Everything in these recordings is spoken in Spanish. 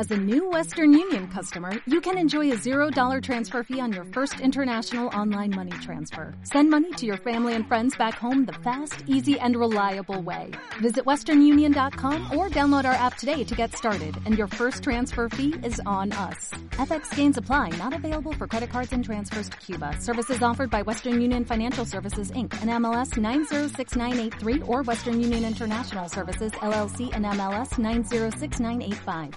As a new Western Union customer, you can enjoy a $0 transfer fee on your first international online money transfer. Send money to your family and friends back home the fast, easy, and reliable way. Visit westernunion.com or download our app today to get started, and your first transfer fee is on us. FX gains apply, not available for credit cards and transfers to Cuba. Services offered by Western Union Financial Services, Inc., and MLS 906983, or Western Union International Services, LLC, and MLS 906985.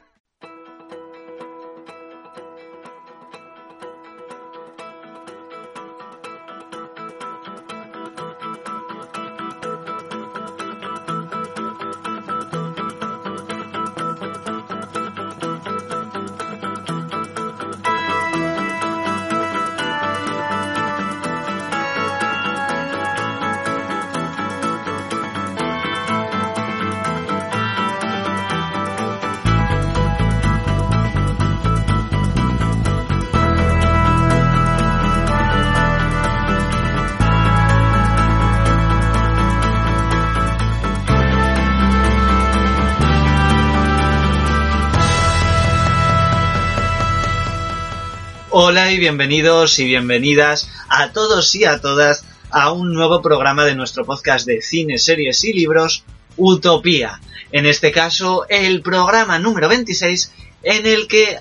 Hola y bienvenidos y bienvenidas a todos y a todas a un nuevo programa de nuestro podcast de cine, series y libros, Utopía. En este caso, el programa número 26, en el que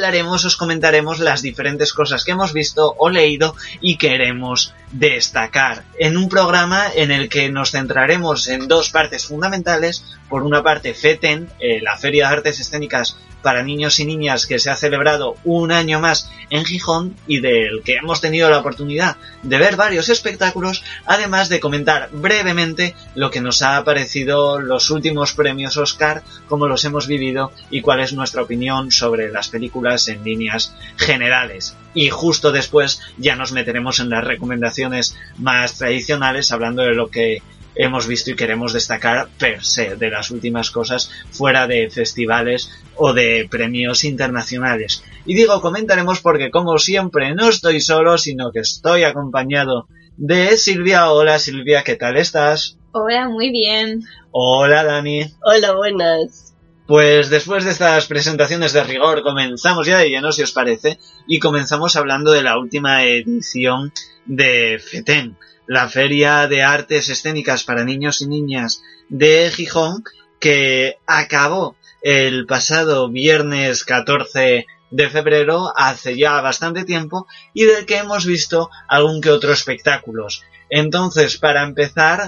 os comentaremos las diferentes cosas que hemos visto o leído y queremos destacar. En un programa en el que nos centraremos en dos partes fundamentales. Por una parte, FETEN, la Feria de Artes Escénicas para Niños y Niñas, que se ha celebrado un año más en Gijón y del que hemos tenido la oportunidad de ver varios espectáculos, además de comentar brevemente lo que nos ha parecido los últimos premios Oscar, cómo los hemos vivido y cuál es nuestra opinión sobre las películas en líneas generales. Y justo después ya nos meteremos en las recomendaciones más tradicionales, hablando de lo que hemos visto y queremos destacar per se, de las últimas cosas fuera de festivales o de premios internacionales. Y digo comentaremos porque, como siempre, no estoy solo, sino que estoy acompañado de Silvia. Hola Silvia, ¿qué tal estás? Hola, muy bien. Hola Dani. Hola, buenas. Pues después de estas presentaciones de rigor comenzamos ya de lleno, si os parece, y comenzamos hablando de la última edición de FETEN, la Feria de Artes Escénicas para Niños y Niñas de Gijón, que acabó el pasado viernes 14 de febrero, hace ya bastante tiempo, y del que hemos visto algún que otro espectáculos. Entonces, para empezar,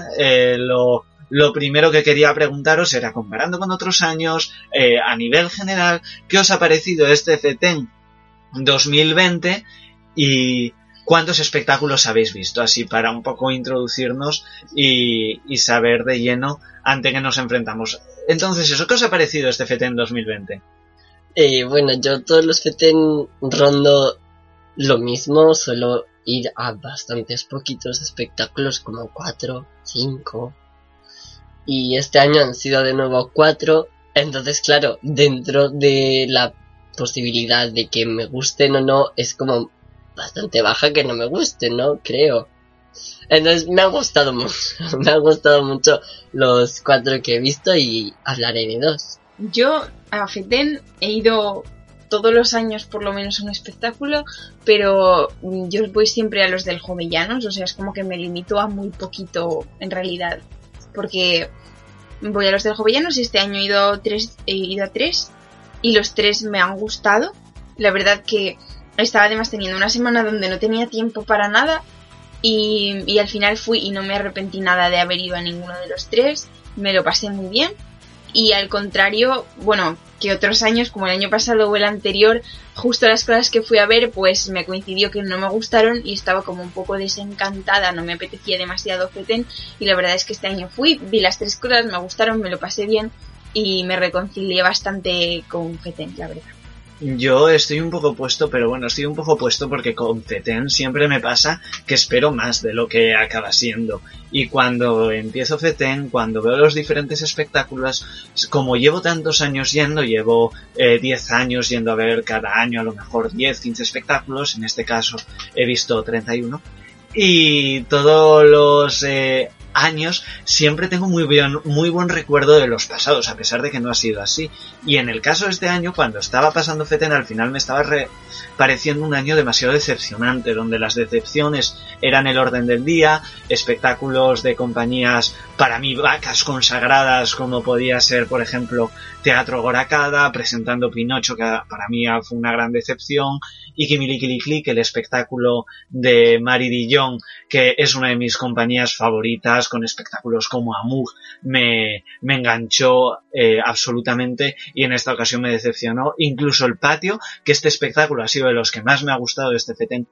lo primero que quería preguntaros era, comparando con otros años, a nivel general, ¿qué os ha parecido este FETEN 2020 y cuántos espectáculos habéis visto? Así para un poco introducirnos y saber de lleno ante que nos enfrentamos. Entonces, ¿eso qué os ha parecido este FETEN 2020? Bueno, yo todos los FETEN rondo lo mismo, suelo ir a bastantes poquitos espectáculos, como 4, 5... y este año han sido de nuevo 4, entonces claro, dentro de la posibilidad de que me gusten o no, es como bastante baja que no me gusten, ¿no? Creo. Entonces me han gustado mucho los 4 que he visto y hablaré de 2. Yo a FETEN he ido todos los años por lo menos a un espectáculo, pero yo voy siempre a los del Jovellanos, o sea, es como que me limito a muy poquito en realidad. Porque voy a los del Jovellanos y este año he ido a 3 y los 3 me han gustado. La verdad que estaba además teniendo una semana donde no tenía tiempo para nada y al final fui y no me arrepentí nada de haber ido a ninguno de los 3. Me lo pasé muy bien y al contrario, bueno, que otros años, como el año pasado o el anterior, justo las cosas que fui a ver, pues me coincidió que no me gustaron y estaba como un poco desencantada, no me apetecía demasiado FETEN y la verdad es que este año fui, vi las 3 cosas, me gustaron, me lo pasé bien y me reconcilié bastante con FETEN, la verdad. Yo estoy un poco opuesto, pero bueno, estoy un poco opuesto porque con FETEN siempre me pasa que espero más de lo que acaba siendo. Y cuando empiezo FETEN, cuando veo los diferentes espectáculos, como llevo tantos años yendo, llevo 10 años yendo a ver cada año a lo mejor 10, 15 espectáculos, en este caso he visto 31, y todos los años siempre tengo muy buen recuerdo de los pasados, a pesar de que no ha sido así. Y en el caso de este año, cuando estaba pasando Feten, al final me estaba pareciendo un año demasiado decepcionante, donde las decepciones eran el orden del día, espectáculos de compañías para mí vacas consagradas, como podía ser, por ejemplo, Teatro Gorakada, presentando Pinocho, que para mí fue una gran decepción, y Kimilikili, que el espectáculo de Mari Dillon, que es una de mis compañías favoritas, con espectáculos como Amug, me enganchó absolutamente, y en esta ocasión me decepcionó. Incluso el Patio, que este espectáculo ha sido de los que más me ha gustado de este FETEN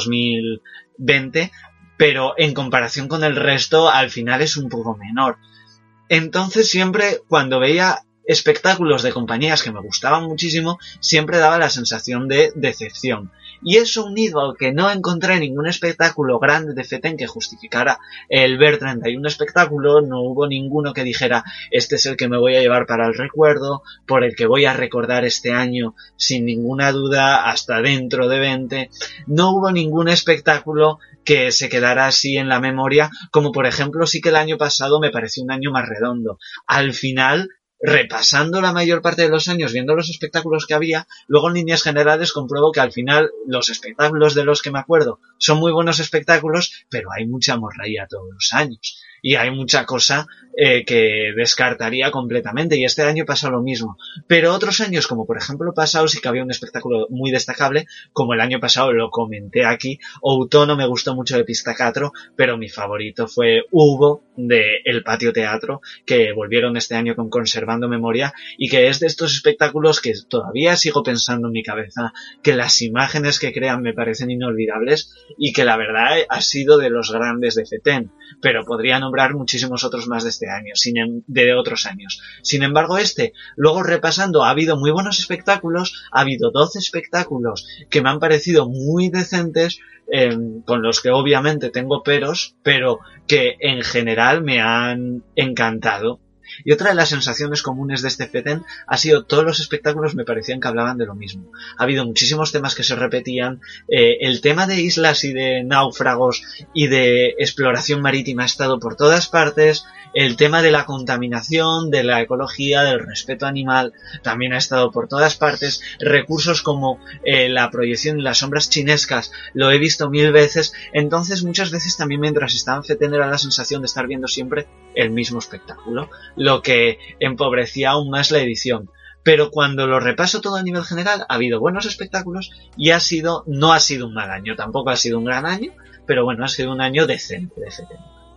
2020, pero en comparación con el resto al final es un poco menor. Entonces siempre cuando veía espectáculos de compañías que me gustaban muchísimo, siempre daba la sensación de decepción. Y eso unido al que no encontré ningún espectáculo grande de FETEN que justificara el ver 31 espectáculos, no hubo ninguno que dijera, este es el que me voy a llevar para el recuerdo, por el que voy a recordar este año sin ninguna duda hasta dentro de 20. No hubo ningún espectáculo que se quedara así en la memoria, como por ejemplo sí que el año pasado me pareció un año más redondo. Al final, repasando la mayor parte de los años, viendo los espectáculos que había, luego en líneas generales compruebo que al final los espectáculos de los que me acuerdo son muy buenos espectáculos, pero hay mucha morralla todos los años. Y hay mucha cosa que descartaría completamente, y este año pasa lo mismo. Pero otros años, como por ejemplo el pasado, sí que había un espectáculo muy destacable, como el año pasado lo comenté aquí. Outono me gustó mucho de Pistacatro, pero mi favorito fue Hugo de El Patio Teatro, que volvieron este año con Conservando Memoria, y que es de estos espectáculos que todavía sigo pensando en mi cabeza, que las imágenes que crean me parecen inolvidables, y que la verdad ha sido de los grandes de FETEN, pero podría nombrar muchísimos otros más de este año, de otros años. Sin embargo, luego repasando, ha habido muy buenos espectáculos, ha habido 12 espectáculos que me han parecido muy decentes, con los que obviamente tengo peros, pero que en general me han encantado. Y otra de las sensaciones comunes de este FETEN ha sido todos los espectáculos me parecían que hablaban de lo mismo. Ha habido muchísimos temas que se repetían. El tema de islas y de náufragos y de exploración marítima ha estado por todas partes. El tema de la contaminación, de la ecología, del respeto animal también ha estado por todas partes. Recursos como la proyección y las sombras chinescas lo he visto 1000 veces. Entonces muchas veces también mientras estaba en FETEN era la sensación de estar viendo siempre el mismo espectáculo, lo que empobrecía aún más la edición. Pero cuando lo repaso todo a nivel general, ha habido buenos espectáculos y no ha sido un mal año, tampoco ha sido un gran año, pero bueno, ha sido un año decente de FETEN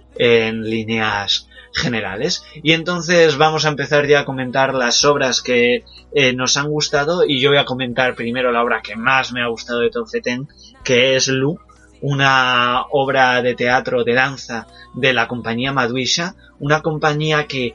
en líneas generales. Y entonces vamos a empezar ya a comentar las obras que nos han gustado, y yo voy a comentar primero la obra que más me ha gustado de todo FETEN, que es Lu, una obra de teatro de danza de la compañía Maduisha, una compañía que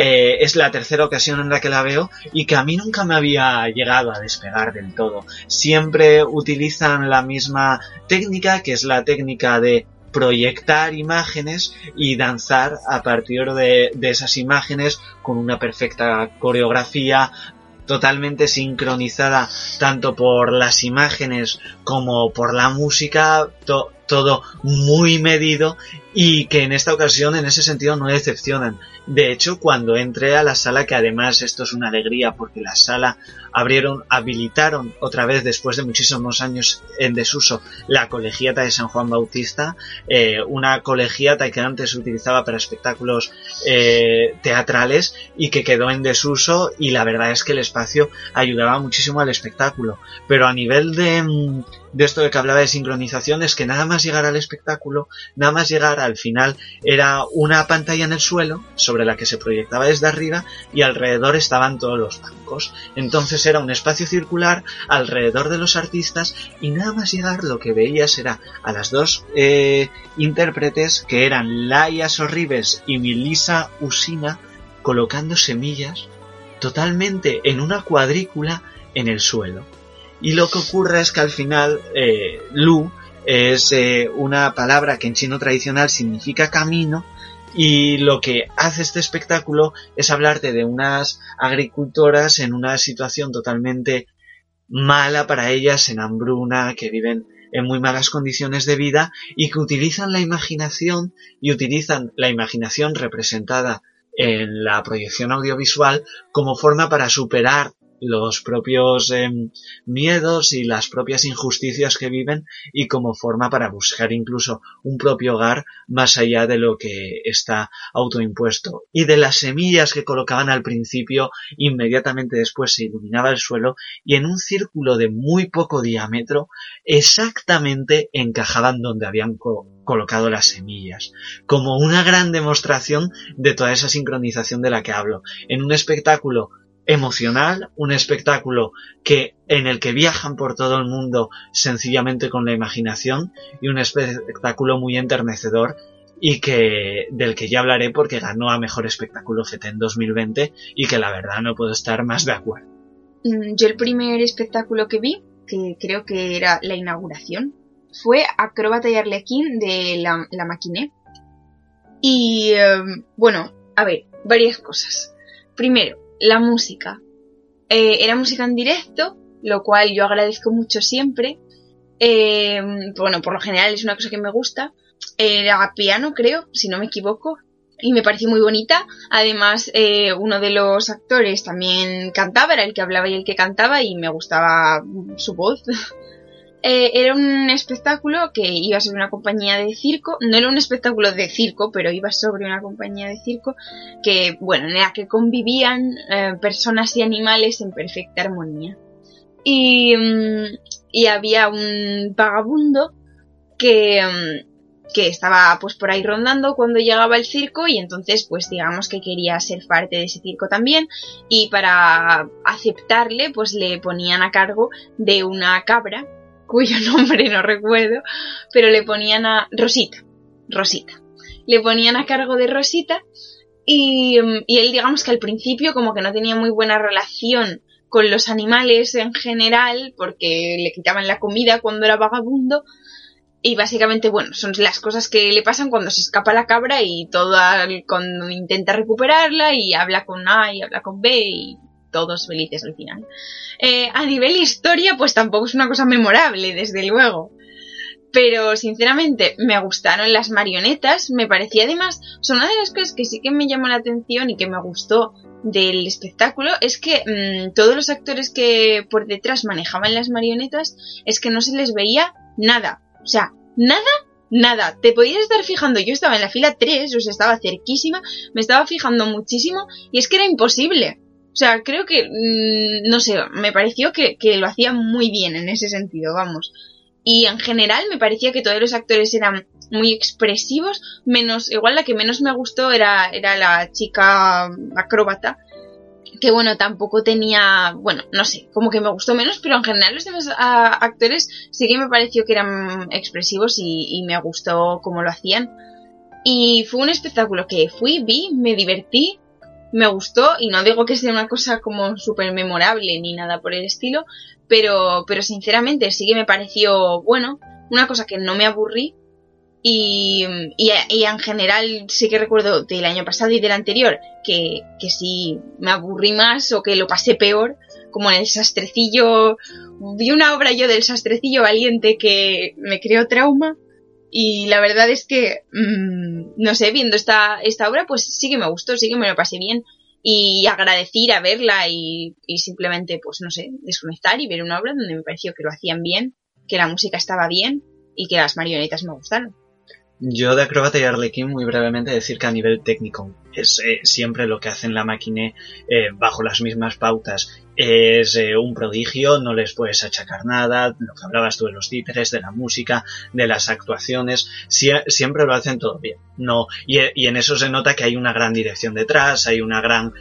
es la tercera ocasión en la que la veo y que a mí nunca me había llegado a despegar del todo. Siempre utilizan la misma técnica, que es la técnica de proyectar imágenes y danzar a partir de esas imágenes con una perfecta coreografía, totalmente sincronizada tanto por las imágenes como por la música, todo muy medido, y que en esta ocasión en ese sentido no decepcionan. De hecho, cuando entré a la sala, que además esto es una alegría porque la sala habilitaron otra vez después de muchísimos años en desuso la colegiata de San Juan Bautista, una colegiata que antes se utilizaba para espectáculos teatrales y que quedó en desuso, y la verdad es que el espacio ayudaba muchísimo al espectáculo. Pero a nivel de esto de que hablaba de sincronización, es que nada más llegar al espectáculo, nada más llegar al final, era una pantalla en el suelo sobre la que se proyectaba desde arriba y alrededor estaban todos los bancos. Entonces era un espacio circular alrededor de los artistas, y nada más llegar lo que veías era a las dos intérpretes, que eran Laia Sorribes y Milisa Usina, colocando semillas totalmente en una cuadrícula en el suelo. Y lo que ocurre es que al final Lu es una palabra que en chino tradicional significa camino, y lo que hace este espectáculo es hablarte de unas agricultoras en una situación totalmente mala para ellas, en hambruna, que viven en muy malas condiciones de vida y que utilizan la imaginación representada en la proyección audiovisual como forma para superar los propios miedos y las propias injusticias que viven y como forma para buscar incluso un propio hogar más allá de lo que está autoimpuesto. Y de las semillas que colocaban al principio, inmediatamente después se iluminaba el suelo y en un círculo de muy poco diámetro exactamente encajaban donde habían colocado las semillas, como una gran demostración de toda esa sincronización de la que hablo, en un espectáculo emocional, un espectáculo en el que viajan por todo el mundo sencillamente con la imaginación y un espectáculo muy enternecedor y del que ya hablaré porque ganó a Mejor Espectáculo FETEN 2020 y que la verdad no puedo estar más de acuerdo. Yo el primer espectáculo que vi, que creo que era la inauguración, fue Acróbata y Arlequín de la Maquiné. Y bueno, a ver, varias cosas. Primero, la música. Era música en directo, lo cual yo agradezco mucho siempre. Bueno, por lo general es una cosa que me gusta. Era piano, creo, si no me equivoco, y me pareció muy bonita. Además, uno de los actores también cantaba, era el que hablaba y el que cantaba, y me gustaba su voz. Era un espectáculo que iba sobre una compañía de circo. No era un espectáculo de circo, pero iba sobre una compañía de circo que, bueno, en la que convivían personas y animales en perfecta armonía. Y había un vagabundo que estaba pues por ahí rondando cuando llegaba el circo, y entonces pues digamos que quería ser parte de ese circo también, y para aceptarle pues le ponían a cargo de una cabra cuyo nombre no recuerdo, pero le ponían a Rosita. Le ponían a cargo de Rosita y él, digamos que al principio como que no tenía muy buena relación con los animales en general porque le quitaban la comida cuando era vagabundo y básicamente, bueno, son las cosas que le pasan cuando se escapa la cabra y cuando intenta recuperarla y habla con A y habla con B y todos felices al final. A nivel historia, pues tampoco es una cosa memorable, desde luego. Pero, sinceramente, me gustaron las marionetas. Me parecía, además, una de las cosas que sí que me llamó la atención y que me gustó del espectáculo es que todos los actores que por detrás manejaban las marionetas es que no se les veía nada. O sea, nada. Te podías estar fijando. Yo estaba en la fila 3, o sea, estaba cerquísima. Me estaba fijando muchísimo y es que era imposible. O sea, creo que, no sé, me pareció que lo hacía muy bien en ese sentido, vamos. Y en general me parecía que todos los actores eran muy expresivos, menos, igual la que menos me gustó era la chica acróbata, que bueno, tampoco tenía, bueno, no sé, como que me gustó menos, pero en general los demás actores sí que me pareció que eran expresivos y me gustó cómo lo hacían. Y fue un espectáculo que vi, me divertí, me gustó, y no digo que sea una cosa como súper memorable ni nada por el estilo, pero sinceramente sí que me pareció, bueno, una cosa que no me aburrí, y en general sí que recuerdo del año pasado y del anterior que sí me aburrí más o que lo pasé peor, como en el Sastrecillo. Vi una obra yo del Sastrecillo Valiente que me creó trauma. Y la verdad es que, no sé, viendo esta obra, pues sí que me gustó, sí que me lo pasé bien. Y agradecí ir a verla y simplemente, pues no sé, desconectar y ver una obra donde me pareció que lo hacían bien, que la música estaba bien y que las marionetas me gustaron. Yo de Acróbata y Arlequín, muy brevemente decir que a nivel técnico es siempre lo que hacen la Maquiné bajo las mismas pautas. Es un prodigio, no les puedes achacar nada, lo que hablabas tú de los títeres, de la música, de las actuaciones, siempre lo hacen todo bien. No, y en eso se nota que hay una gran dirección detrás, hay una gran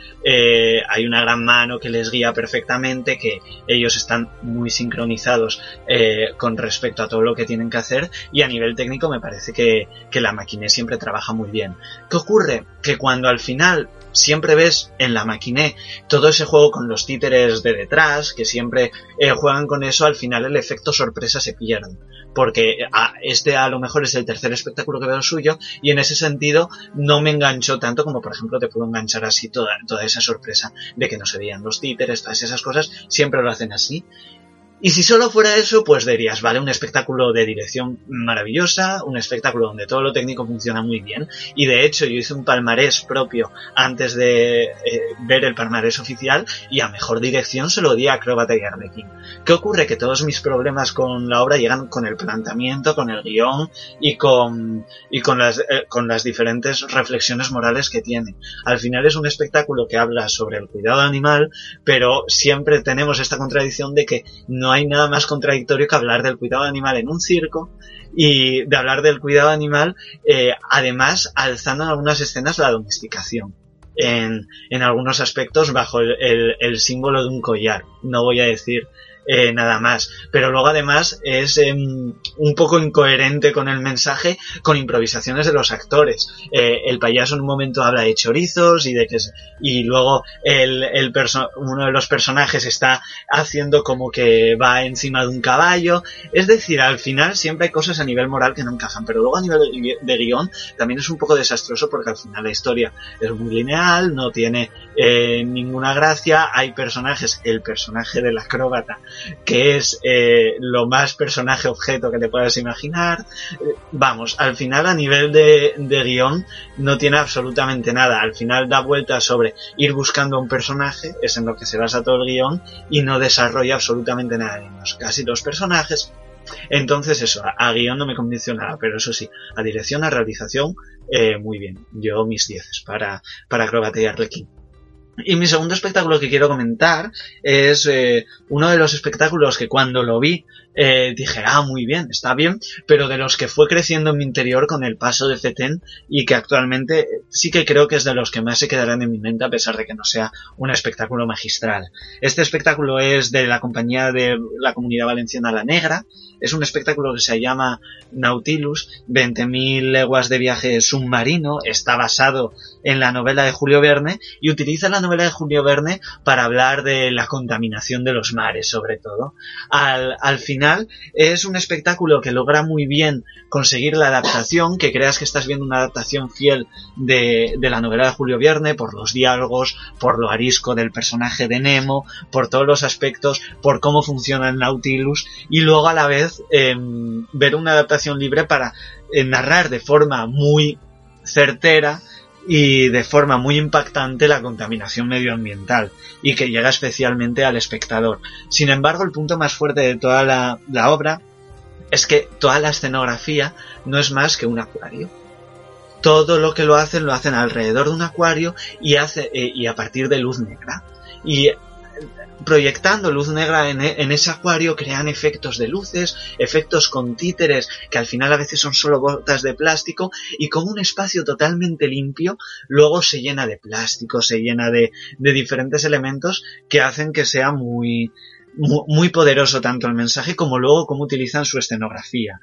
mano que les guía perfectamente, que ellos están muy sincronizados con respecto a todo lo que tienen que hacer, y a nivel técnico me parece que la Maquiné siempre trabaja muy bien. ¿Qué ocurre? Que cuando al final siempre ves en la Maquiné todo ese juego con los títeres de detrás, que siempre juegan con eso, al final el efecto sorpresa se pierde, porque a lo mejor es el tercer espectáculo que veo suyo, y en ese sentido no me enganchó tanto como por ejemplo te puedo enganchar así toda esa sorpresa de que no se veían los títeres, todas esas cosas, siempre lo hacen así. Y si solo fuera eso, pues dirías, vale, un espectáculo de dirección maravillosa, un espectáculo donde todo lo técnico funciona muy bien. Y de hecho yo hice un palmarés propio antes de ver el palmarés oficial y a mejor dirección se lo di a Acróbata y Arlequín. ¿Qué ocurre? Que todos mis problemas con la obra llegan con el planteamiento, con el guión y con las diferentes reflexiones morales que tiene. Al final es un espectáculo que habla sobre el cuidado animal, pero siempre tenemos esta contradicción de que no hay nada más contradictorio que hablar del cuidado animal en un circo y de hablar del cuidado animal, además alzando en algunas escenas la domesticación. En algunos aspectos bajo el símbolo de un collar. No voy a decir nada más. Pero luego además es un poco incoherente con el mensaje, con improvisaciones de los actores. El payaso en un momento habla de chorizos y luego uno de los personajes está haciendo como que va encima de un caballo. Es decir, al final siempre hay cosas a nivel moral que no encajan, pero luego a nivel de guión también es un poco desastroso porque al final la historia es muy lineal, no tiene ninguna gracia. Hay personajes, el personaje del acróbata, que es lo más personaje objeto que te puedas imaginar. Vamos, al final a nivel de guión no tiene absolutamente nada. Al final da vueltas sobre ir buscando un personaje, es en lo que se basa todo el guión, y no desarrolla absolutamente nada de casi los personajes. Entonces eso, a guión no me convenció nada, pero eso sí, a dirección, a realización, muy bien. Yo mis 10 para Acróbata y Arlequín. Y mi segundo espectáculo que quiero comentar es uno de los espectáculos que cuando lo vi dije, muy bien, está bien, pero de los que fue creciendo en mi interior con el paso de FETEN y que actualmente sí que creo que es de los que más se quedarán en mi mente a pesar de que no sea un espectáculo magistral. Este espectáculo es de la compañía de la Comunidad Valenciana La Negra. Es un espectáculo que se llama Nautilus, 20.000 leguas de viaje submarino. Está basado en la novela de Julio Verne y utiliza la novela de Julio Verne para hablar de la contaminación de los mares, sobre todo. Al final es un espectáculo que logra muy bien conseguir la adaptación, que creas que estás viendo una adaptación fiel de la novela de Julio Verne, por los diálogos, por lo arisco del personaje de Nemo, por todos los aspectos, por cómo funciona el Nautilus, y luego a la vez ver una adaptación libre para narrar de forma muy certera y de forma muy impactante la contaminación medioambiental y que llega especialmente al espectador. Sin embargo, el punto más fuerte de toda la obra es que toda la escenografía no es más que un acuario. Todo lo que lo hacen alrededor de un acuario y a partir de luz negra. Y proyectando luz negra en ese acuario crean efectos de luces, efectos con títeres que al final a veces son solo botas de plástico, y como un espacio totalmente limpio luego se llena de plástico, se llena de diferentes elementos que hacen que sea muy poderoso tanto el mensaje como luego cómo utilizan su escenografía.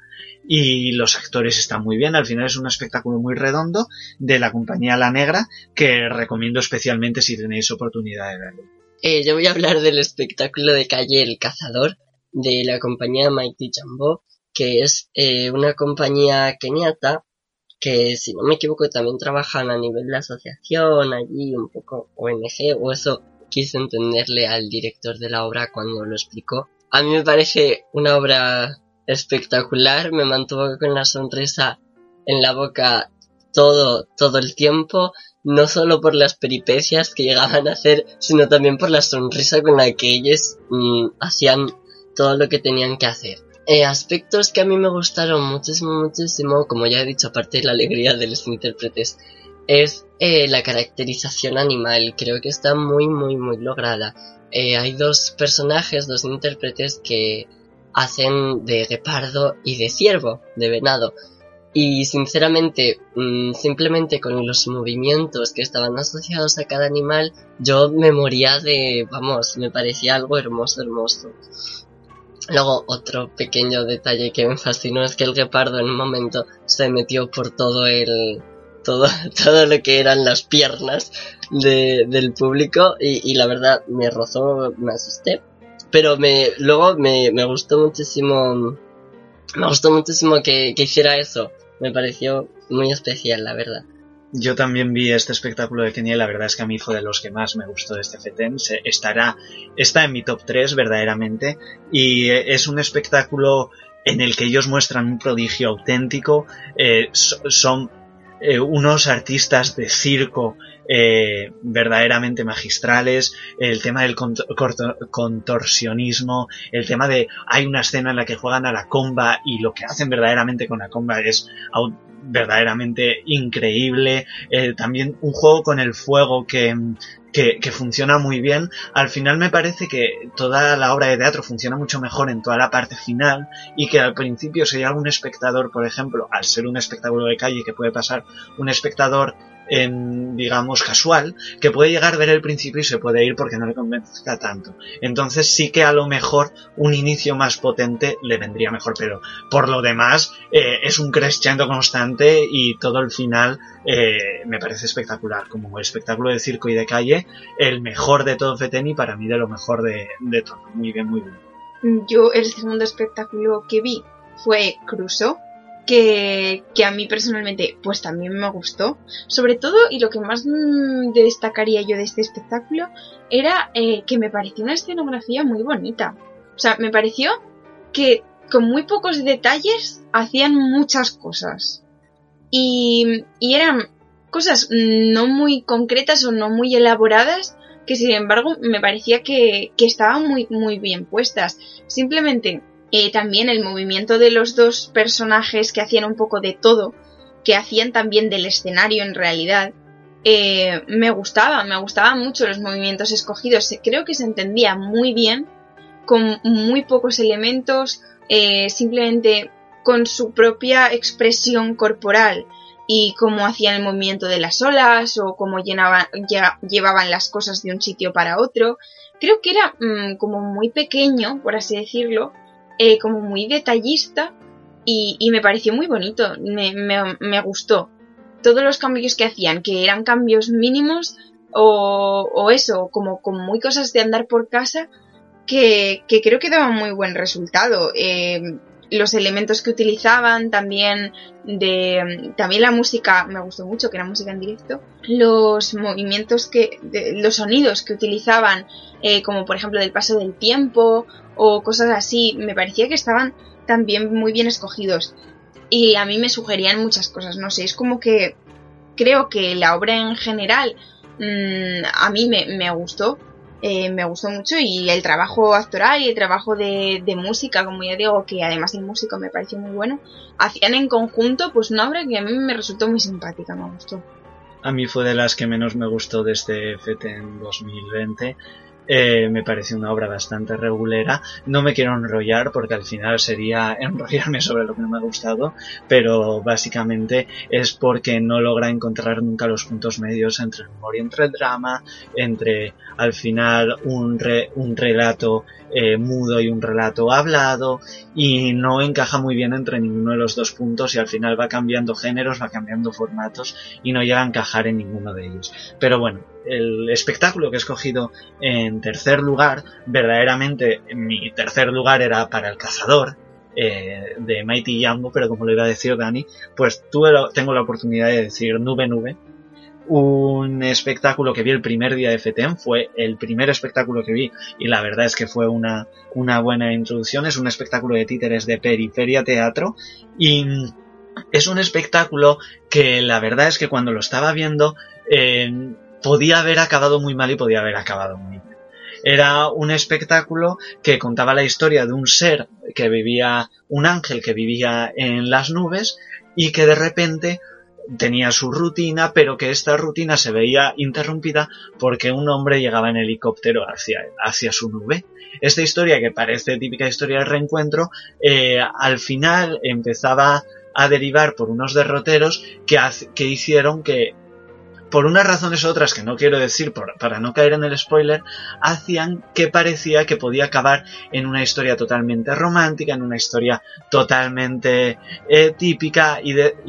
Y los actores están muy bien. Al final es un espectáculo muy redondo de la compañía La Negra que recomiendo especialmente si tenéis oportunidad de verlo. Yo voy a hablar del espectáculo de calle El Cazador de la compañía Mighty Jumbo, que es una compañía keniata que, si no me equivoco, también trabajan a nivel de asociación, allí un poco ONG, o eso quise entenderle al director de la obra cuando lo explicó. A mí me parece una obra espectacular, me mantuvo con la sonrisa en la boca todo el tiempo, no solo por las peripecias que llegaban a hacer, sino también por la sonrisa con la que ellos hacían todo lo que tenían que hacer. Aspectos que a mí me gustaron muchísimo, como ya he dicho, aparte de la alegría de los intérpretes, es la caracterización animal. Creo que está muy lograda. Hay dos personajes, dos intérpretes que hacen de guepardo y de ciervo, de venado. Y sinceramente, simplemente con los movimientos que estaban asociados a cada animal, yo me moría me parecía algo hermoso. Luego, otro pequeño detalle que me fascinó es que el guepardo en un momento se metió por todo lo que eran las piernas del público y la verdad me rozó, me asusté. Pero luego me gustó muchísimo que hiciera eso. Me pareció muy especial, la verdad. Yo también vi este espectáculo de Kenia y la verdad es que a mí fue de los que más me gustó de este FETEN. Está en mi top 3 verdaderamente, y es un espectáculo en el que ellos muestran un prodigio auténtico. Son unos artistas de circo verdaderamente magistrales. El tema del contorsionismo, el tema de hay una escena en la que juegan a la comba y lo que hacen verdaderamente con la comba es verdaderamente increíble. También un juego con el fuego que funciona muy bien. Al final me parece que toda la obra de teatro funciona mucho mejor en toda la parte final, y que al principio si hay algún espectador, por ejemplo, al ser un espectáculo de calle que puede pasar un espectador digamos casual, que puede llegar a ver el principio y se puede ir porque no le convenzca tanto. Entonces sí que a lo mejor un inicio más potente le vendría mejor, pero por lo demás es un crescendo constante y todo el final me parece espectacular. Como espectáculo de circo y de calle, el mejor de todo FETEN y para mí de lo mejor de todo. Muy bien, muy bien. Yo el segundo espectáculo que vi fue Crusoe, que a mí personalmente pues también me gustó. Sobre todo, y lo que más destacaría yo de este espectáculo era que me pareció una escenografía muy bonita. O sea, me pareció que con muy pocos detalles hacían muchas cosas. Y eran cosas no muy concretas o no muy elaboradas, que sin embargo me parecía que estaban muy, muy bien puestas. Simplemente también el movimiento de los dos personajes, que hacían un poco de todo, que hacían también del escenario en realidad, me gustaban mucho los movimientos escogidos. Creo que se entendía muy bien, con muy pocos elementos, simplemente con su propia expresión corporal y cómo hacían el movimiento de las olas o cómo llevaban las cosas de un sitio para otro. Creo que era como muy pequeño, por así decirlo, como muy detallista, y me pareció muy bonito. Me gustó todos los cambios que hacían, que eran cambios mínimos o eso, como con muy cosas de andar por casa, que creo que daban muy buen resultado. Los elementos que utilizaban, también la música me gustó mucho, que era música en directo. Los movimientos los sonidos que utilizaban, como por ejemplo del paso del tiempo o cosas así, me parecía que estaban también muy bien escogidos. Y a mí me sugerían muchas cosas, no sé, es como que creo que la obra en general a mí me gustó. Me gustó mucho, y el trabajo actoral y el trabajo de música, como ya digo, que además el músico me pareció muy bueno, hacían en conjunto pues una obra que a mí me resultó muy simpática, me gustó. A mí fue de las que menos me gustó de este FETEN 2020. Me pareció una obra bastante regulera. No me quiero enrollar porque al final sería enrollarme sobre lo que no me ha gustado, pero básicamente es porque no logra encontrar nunca los puntos medios entre el humor y entre el drama, entre al final un relato mudo y un relato hablado, y no encaja muy bien entre ninguno de los dos puntos, y al final va cambiando géneros, va cambiando formatos y no llega a encajar en ninguno de ellos. Pero bueno, el espectáculo que he escogido en tercer lugar, verdaderamente mi tercer lugar era para El Cazador, de Mighty Jambo, pero como lo iba a decir Dani, pues tengo la oportunidad de decir Nube Nube, un espectáculo que vi el primer día de FETEN. Fue el primer espectáculo que vi y la verdad es que fue una buena introducción. Es un espectáculo de títeres de Periferia Teatro y es un espectáculo que la verdad es que cuando lo estaba viendo podía haber acabado muy mal y podía haber acabado muy bien. Era un espectáculo que contaba la historia de un ser que vivía, un ángel que vivía en las nubes y que de repente tenía su rutina, pero que esta rutina se veía interrumpida porque un hombre llegaba en helicóptero hacia su nube. Esta historia, que parece típica historia de reencuentro, al final empezaba a derivar por unos derroteros que hicieron que, por unas razones u otras que no quiero decir para no caer en el spoiler, hacían que parecía que podía acabar en una historia totalmente romántica, en una historia totalmente típica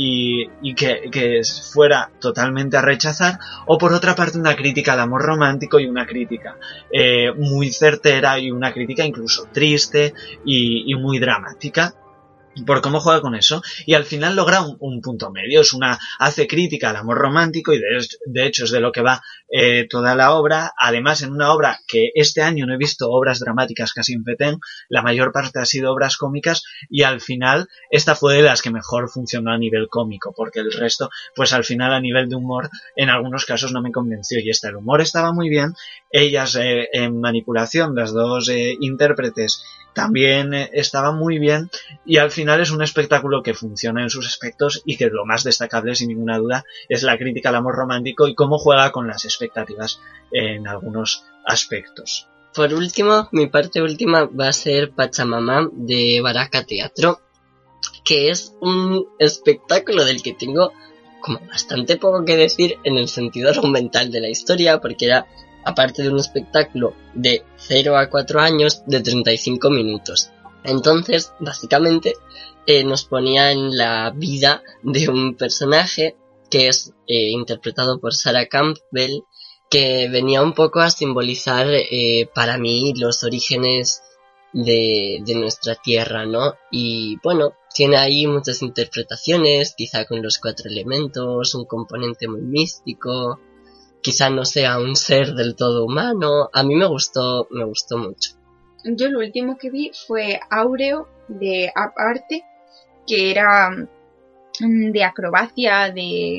y que fuera totalmente a rechazar, o por otra parte una crítica al amor romántico y una crítica muy certera y una crítica incluso triste y muy dramática. por cómo juega con eso, y al final logra un punto medio. Hace crítica al amor romántico, y de hecho es de lo que va toda la obra. Además, en una obra que este año no he visto obras dramáticas casi en Feten, la mayor parte ha sido obras cómicas, y al final esta fue de las que mejor funcionó a nivel cómico, porque el resto, pues al final a nivel de humor, en algunos casos no me convenció, y el humor estaba muy bien. Ellas en manipulación, las dos intérpretes, también estaba muy bien, y al final es un espectáculo que funciona en sus aspectos, y que lo más destacable, sin ninguna duda, es la crítica al amor romántico y cómo juega con las expectativas en algunos aspectos. Por último, mi parte última va a ser Pachamama de Baraka Teatro, que es un espectáculo del que tengo como bastante poco que decir en el sentido argumental de la historia, porque era, aparte de un espectáculo de 0 a 4 años, de 35 minutos. Entonces, básicamente, nos ponía en la vida de un personaje que es interpretado por Sarah Campbell, que venía un poco a simbolizar para mí los orígenes de nuestra tierra, ¿no? Y bueno, tiene ahí muchas interpretaciones, quizá con los 4 elementos, un componente muy místico, quizá no sea un ser del todo humano. A mí me gustó mucho. Yo lo último que vi fue Áureo de Arte, que era de acrobacia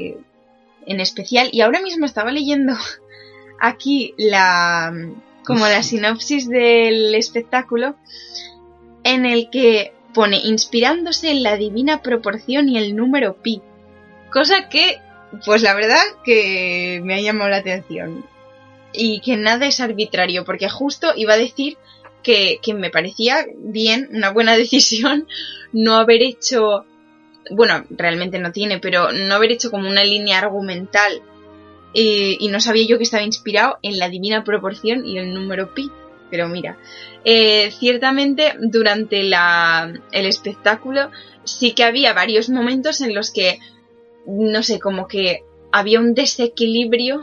en especial, y ahora mismo estaba leyendo aquí la sinopsis del espectáculo, en el que pone inspirándose en la divina proporción y el número pi, cosa que pues la verdad que me ha llamado la atención, y que nada es arbitrario, porque justo iba a decir que me parecía bien, una buena decisión, no haber hecho, bueno, realmente no tiene, pero no haber hecho como una línea argumental, y no sabía yo que estaba inspirado en la divina proporción y el número pi. Pero mira, ciertamente durante el espectáculo sí que había varios momentos en los que, no sé, como que había un desequilibrio,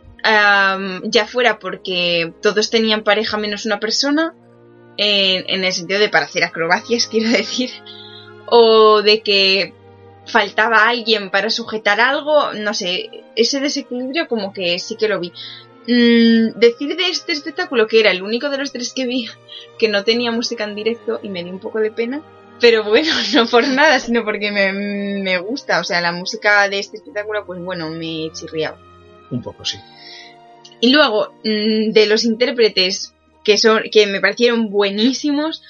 ya fuera porque todos tenían pareja menos una persona, en el sentido de para hacer acrobacias, quiero decir, o de que faltaba alguien para sujetar algo, no sé, ese desequilibrio como que sí que lo vi. Decir de este espectáculo que era el único de los 3 que vi que no tenía música en directo, y me dio un poco de pena, pero bueno, no por nada, sino porque me gusta, o sea, la música de este espectáculo, pues bueno, me chirriaba. Un poco, sí. Y luego, de los intérpretes que me parecieron buenísimos,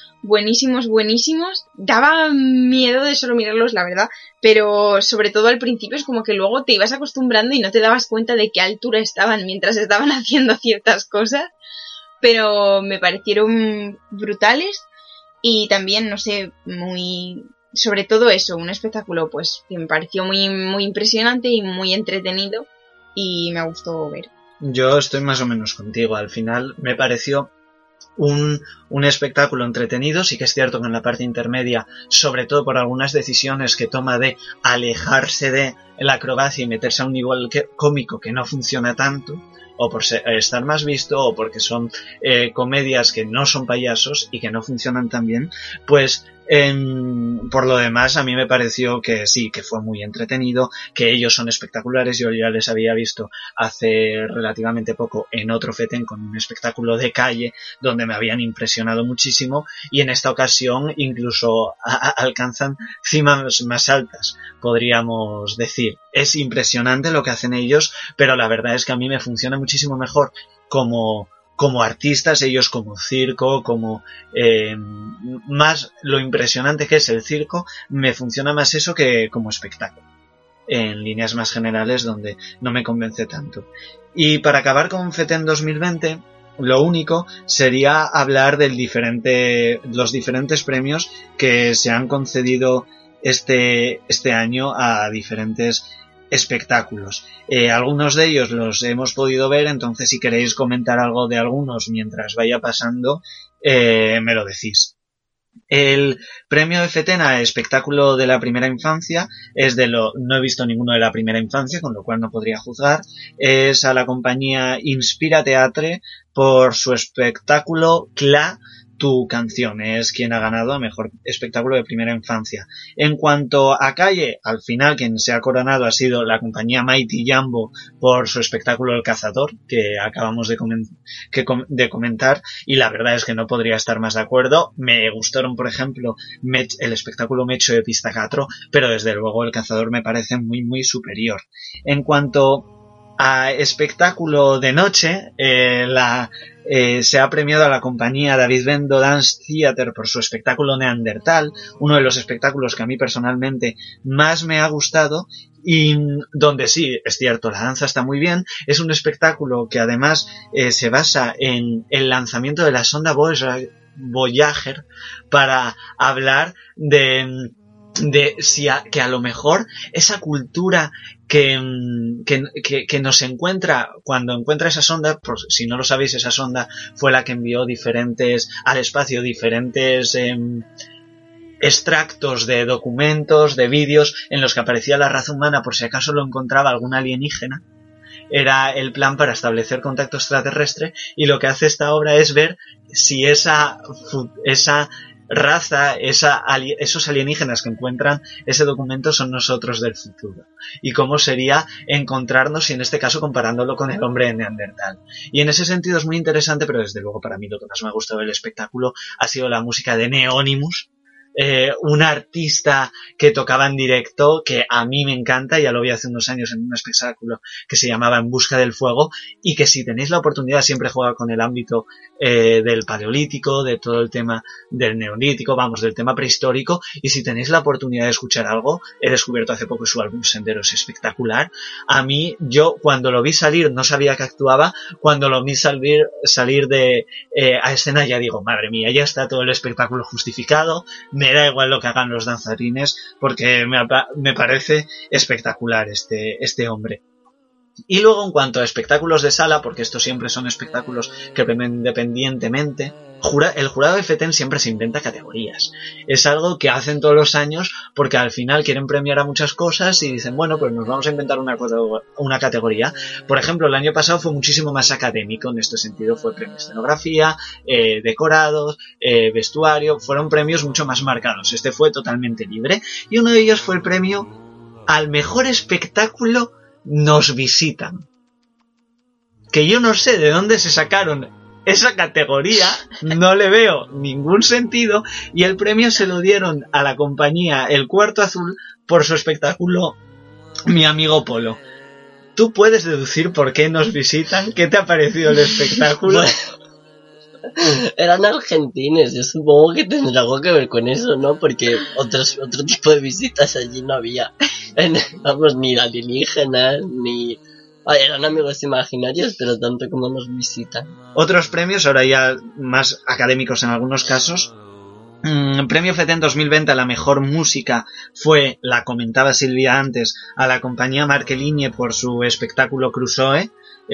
daba miedo de solo mirarlos, la verdad, pero sobre todo al principio es como que luego te ibas acostumbrando y no te dabas cuenta de qué altura estaban mientras estaban haciendo ciertas cosas, pero me parecieron brutales. Y también, no sé, sobre todo eso, un espectáculo pues que me pareció muy, muy impresionante y muy entretenido, y me gustó ver. Yo estoy más o menos contigo. Al final me pareció un espectáculo entretenido. Sí que es cierto que en la parte intermedia, sobre todo por algunas decisiones que toma de alejarse de la acrobacia y meterse a un nivel cómico que no funciona tanto, o por estar más visto, o porque son comedias que no son payasos y que no funcionan tan bien, pues por lo demás a mí me pareció que sí, que fue muy entretenido, que ellos son espectaculares. Yo ya les había visto hace relativamente poco en otro Feten con un espectáculo de calle donde me habían impresionado muchísimo, y en esta ocasión incluso alcanzan cimas más altas, podríamos decir. Es impresionante lo que hacen ellos, pero la verdad es que a mí me funciona muchísimo mejor como artistas, ellos como circo, como más lo impresionante que es el circo, me funciona más eso que como espectáculo, en líneas más generales, donde no me convence tanto. Y para acabar con Feten 2020, lo único sería hablar los diferentes premios que se han concedido este año a diferentes espectáculos. Algunos de ellos los hemos podido ver, entonces si queréis comentar algo de algunos mientras vaya pasando, me lo decís. El premio de Feten a espectáculo de la primera infancia no he visto ninguno de la primera infancia, con lo cual no podría juzgar. Es a la compañía Inspira Teatre por su espectáculo Cla, tu canción, es quien ha ganado a mejor espectáculo de primera infancia. En cuanto a calle, al final quien se ha coronado ha sido la compañía Mighty Jambo por su espectáculo El Cazador, que acabamos de comentar, y la verdad es que no podría estar más de acuerdo. Me gustaron, por ejemplo, el espectáculo Mecho de Pista 4, pero desde luego El Cazador me parece muy muy superior. En cuanto a espectáculo de noche, se ha premiado a la compañía David Bendo Dance Theatre por su espectáculo Neandertal, uno de los espectáculos que a mí personalmente más me ha gustado, y donde sí, es cierto, la danza está muy bien. Es un espectáculo que además se basa en el lanzamiento de la sonda Voyager para hablar de que a lo mejor esa cultura que nos encuentra cuando encuentra esa sonda, por si no lo sabéis, esa sonda fue la que envió al espacio diferentes extractos de documentos, de vídeos en los que aparecía la raza humana por si acaso lo encontraba algún alienígena. Era el plan para establecer contacto extraterrestre, y lo que hace esta obra es ver si esa raza, esos alienígenas que encuentran ese documento son nosotros del futuro, y cómo sería encontrarnos, y en este caso comparándolo con el hombre de Neandertal. Y en ese sentido es muy interesante, pero desde luego para mí lo que más me ha gustado del espectáculo ha sido la música de Neonimus, un artista que tocaba en directo, que a mí me encanta. Ya lo vi hace unos años en un espectáculo que se llamaba En Busca del Fuego, y que si tenéis la oportunidad, siempre juega con el ámbito del paleolítico, de todo el tema del neolítico, del tema prehistórico, y si tenéis la oportunidad de escuchar algo, he descubierto hace poco su álbum Sendero, es espectacular. A mí, yo cuando lo vi salir no sabía que actuaba, cuando lo vi salir a escena ya digo, madre mía, ya está todo el espectáculo justificado, me da igual lo que hagan los danzarines, porque me parece espectacular este hombre. Y luego, en cuanto a espectáculos de sala, porque estos siempre son espectáculos que premian independientemente, el jurado de FETEN siempre se inventa categorías. Es algo que hacen todos los años porque al final quieren premiar a muchas cosas y dicen, bueno, pues nos vamos a inventar una categoría. Por ejemplo, el año pasado fue muchísimo más académico, en este sentido fue premio escenografía, decorados, vestuario, fueron premios mucho más marcados. Este fue totalmente libre, y uno de ellos fue el premio al mejor espectáculo Nos Visitan, que yo no sé de dónde se sacaron esa categoría, no le veo ningún sentido, y el premio se lo dieron a la compañía El Cuarto Azul por su espectáculo Mi Amigo Polo. ¿Tú puedes deducir por qué Nos Visitan? ¿Qué te ha parecido el espectáculo? Eran argentines, yo supongo que tendrá algo que ver con eso, ¿no? Porque otro tipo de visitas allí no había. Vamos, ni alienígenas, ni... Eran amigos imaginarios, pero tanto como nos visitan. Otros premios, ahora ya más académicos en algunos casos. Premio FETEN 2020 a la mejor música fue, la comentaba Silvia antes, a la compañía Marqueline por su espectáculo Crusoe.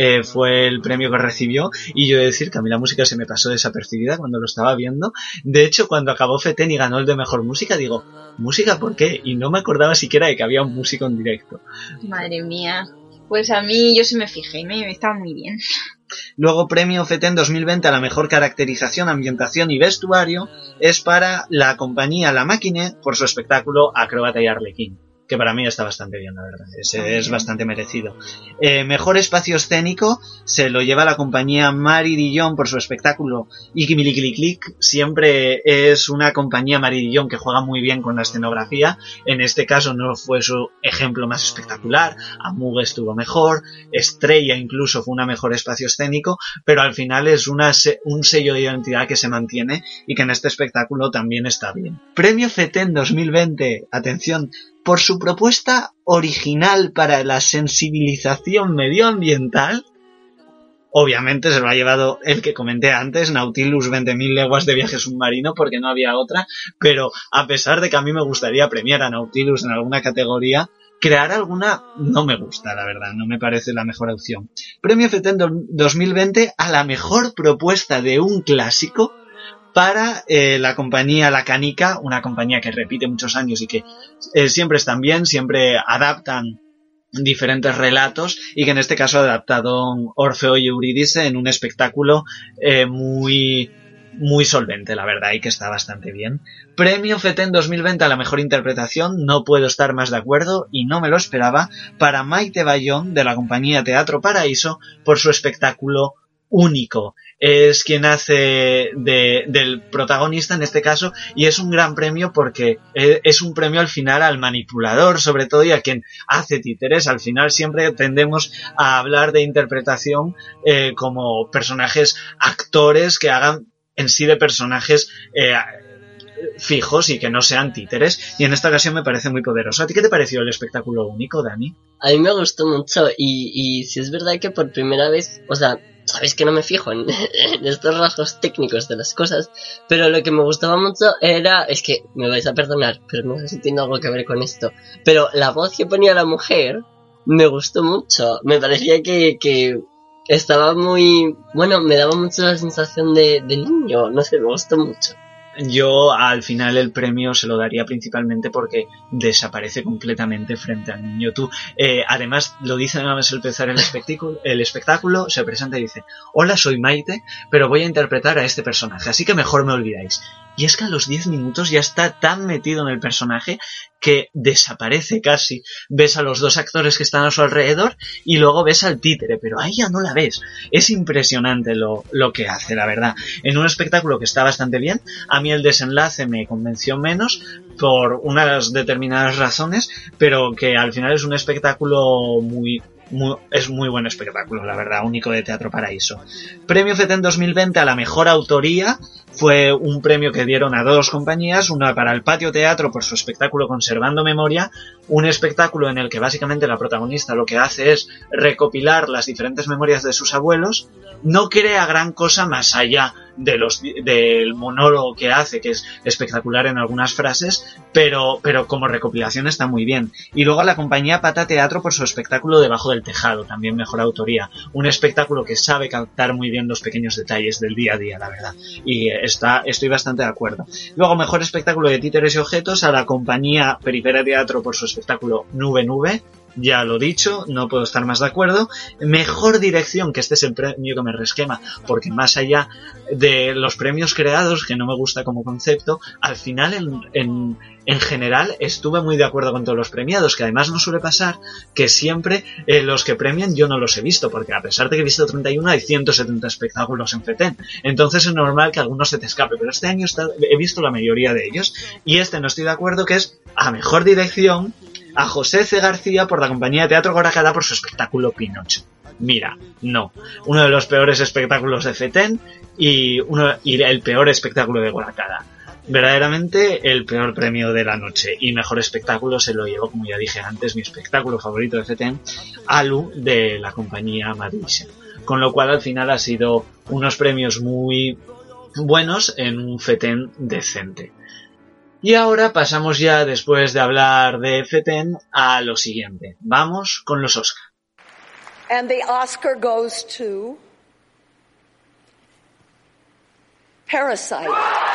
Fue el premio que recibió, y yo he de decir que a mí la música se me pasó desapercibida cuando lo estaba viendo. De hecho, cuando acabó FETEN y ganó el de mejor música, digo, ¿música por qué? Y no me acordaba siquiera de que había un músico en directo. Madre mía, pues a mí yo se me fijé y me estaba muy bien. Luego, premio FETEN 2020 a la mejor caracterización, ambientación y vestuario es para la compañía La Máquina por su espectáculo Acróbata y Arlequín, que para mí está bastante bien, la verdad. Es bastante merecido. Mejor espacio escénico se lo lleva la compañía Mari Dillon por su espectáculo Ikimilikliklik. Siempre es una compañía Mari Dillon que juega muy bien con la escenografía. En este caso no fue su ejemplo más espectacular. Amug estuvo mejor. Estrella incluso fue una mejor espacio escénico. Pero al final es un sello de identidad que se mantiene y que en este espectáculo también está bien. Premio FETEN 2020. Atención. Por su propuesta original para la sensibilización medioambiental, obviamente se lo ha llevado el que comenté antes, Nautilus 20.000 leguas de viaje submarino, porque no había otra, pero a pesar de que a mí me gustaría premiar a Nautilus en alguna categoría, crear alguna no me gusta, la verdad, no me parece la mejor opción. Premio FETEN 2020 a la mejor propuesta de un clásico, para la compañía La Canica, una compañía que repite muchos años y que siempre están bien, siempre adaptan diferentes relatos, y que en este caso ha adaptado Orfeo y Eurídice en un espectáculo muy muy solvente, la verdad, y que está bastante bien. Premio FETEN 2020 a la mejor interpretación, no puedo estar más de acuerdo y no me lo esperaba, para Maite Bayón de la compañía Teatro Paraíso por su espectáculo único. Es quien hace del protagonista en este caso, y es un gran premio porque es un premio al final al manipulador, sobre todo, y a quien hace títeres. Al final siempre tendemos a hablar de interpretación como personajes, actores que hagan en sí de personajes fijos y que no sean títeres, y en esta ocasión me parece muy poderoso. ¿A ti qué te pareció el espectáculo único, Dani? A mí me gustó mucho y si es verdad que por primera vez, o sea, sabéis que no me fijo en estos rasgos técnicos de las cosas, pero lo que me gustaba mucho es que, me vais a perdonar, pero no sé si tiene algo que ver con esto, pero la voz que ponía la mujer me gustó mucho, me parecía que estaba muy, bueno, me daba mucho la sensación de niño, no sé, me gustó mucho. Yo al final el premio se lo daría principalmente porque desaparece completamente frente al niño. Tú, además lo dice nada más empezar el espectáculo, se presenta y dice: hola, soy Maite, pero voy a interpretar a este personaje, así que mejor me olvidáis. Y es que a los 10 minutos ya está tan metido en el personaje que desaparece casi. Ves a los dos actores que están a su alrededor y luego ves al títere, pero ahí ya no la ves. Es impresionante lo que hace, la verdad. En un espectáculo que está bastante bien, a mí el desenlace me convenció menos por unas determinadas razones, pero que al final es un espectáculo es muy buen espectáculo, la verdad, único de Teatro Paraíso. Premio FETEN 2020 a la mejor autoría fue un premio que dieron a dos compañías, una para el Patio Teatro por su espectáculo Conservando Memoria, un espectáculo en el que básicamente la protagonista lo que hace es recopilar las diferentes memorias de sus abuelos, no crea gran cosa más allá del monólogo que hace, que es espectacular en algunas frases, pero como recopilación está muy bien. Y luego a la compañía Pata Teatro por su espectáculo Debajo del Tejado, también mejor autoría, un espectáculo que sabe captar muy bien los pequeños detalles del día a día, la verdad, y estoy bastante de acuerdo. Luego mejor espectáculo de títeres y objetos a la compañía Perifera Teatro por su espectáculo Nube, ya lo dicho, no puedo estar más de acuerdo. Mejor dirección, que este es el premio que me resquema, porque más allá de los premios creados, que no me gusta como concepto, al final en general estuve muy de acuerdo con todos los premiados, que además no suele pasar que siempre los que premian yo no los he visto, porque a pesar de que he visto 31 hay 170 espectáculos en FETEN, entonces es normal que algunos se te escape, pero este año he visto la mayoría de ellos, y no estoy de acuerdo, que es a mejor dirección a José C. García por la compañía de Teatro Gorajada por su espectáculo Pinocho. Mira, no. Uno de los peores espectáculos de FETEN y el peor espectáculo de Gorajada. Verdaderamente el peor premio de la noche, y mejor espectáculo se lo llevó, como ya dije antes, mi espectáculo favorito de FETEN, Alu, de la compañía Madison. Con lo cual al final ha sido unos premios muy buenos en un FETEN decente. Y ahora pasamos ya, después de hablar de FETEN, a lo siguiente. Vamos con los Oscar. And the Oscar goes to Parasite.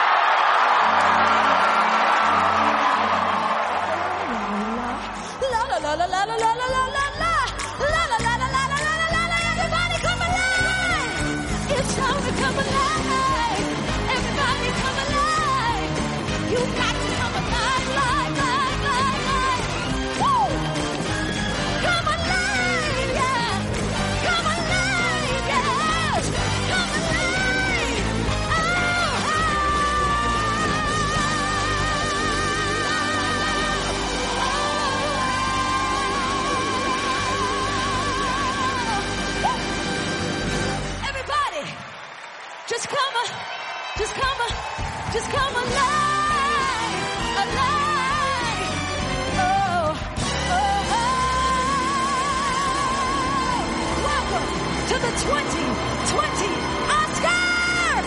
Just come alive, alive. Oh, oh, oh. Welcome to the 2020 Oscar.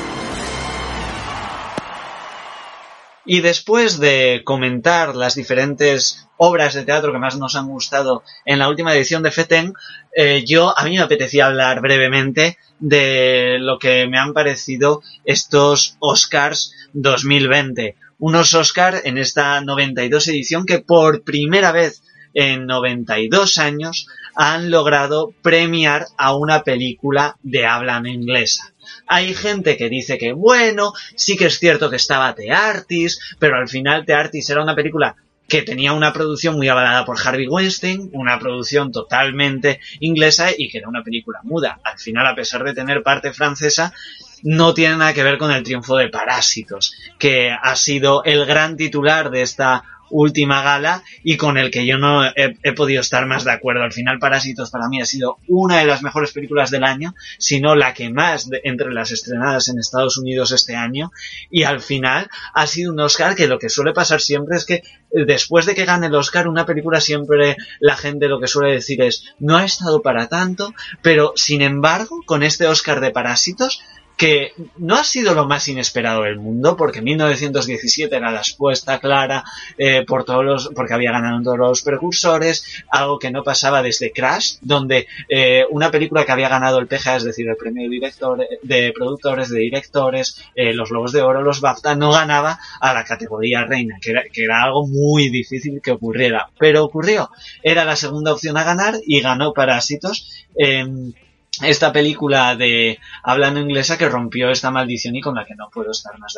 Y después de comentar las diferentes obras de teatro que más nos han gustado en la última edición de FETEN, a mí me apetecía hablar brevemente de lo que me han parecido estos Oscars 2020. Unos Oscars en esta 92 edición que por primera vez en 92 años han logrado premiar a una película de habla inglesa. Hay gente que dice que, bueno, sí que es cierto que estaba The Artist, pero al final The Artist era una película que tenía una producción muy avalada por Harvey Weinstein, una producción totalmente inglesa y que era una película muda. Al final, a pesar de tener parte francesa, no tiene nada que ver con el triunfo de Parásitos, que ha sido el gran titular de esta última gala y con el que yo no he podido estar más de acuerdo. Al final, Parásitos para mí ha sido una de las mejores películas del año, si no la que más entre las estrenadas en Estados Unidos este año, y al final ha sido un Oscar que lo que suele pasar siempre es que después de que gane el Oscar, una película siempre la gente lo que suele decir es no ha estado para tanto, pero sin embargo, con este Oscar de Parásitos, que no ha sido lo más inesperado del mundo, porque 1917 era la apuesta clara porque había ganado en todos los precursores, algo que no pasaba desde Crash, donde una película que había ganado el PGA, es decir, el premio de productores, de directores, los Globos de Oro, los BAFTA, no ganaba a la categoría reina, que era algo muy difícil que ocurriera, pero ocurrió. Era la segunda opción a ganar y ganó Parásitos. Esta película de habla no inglesa que rompió esta maldición y con la que no puedo estar más de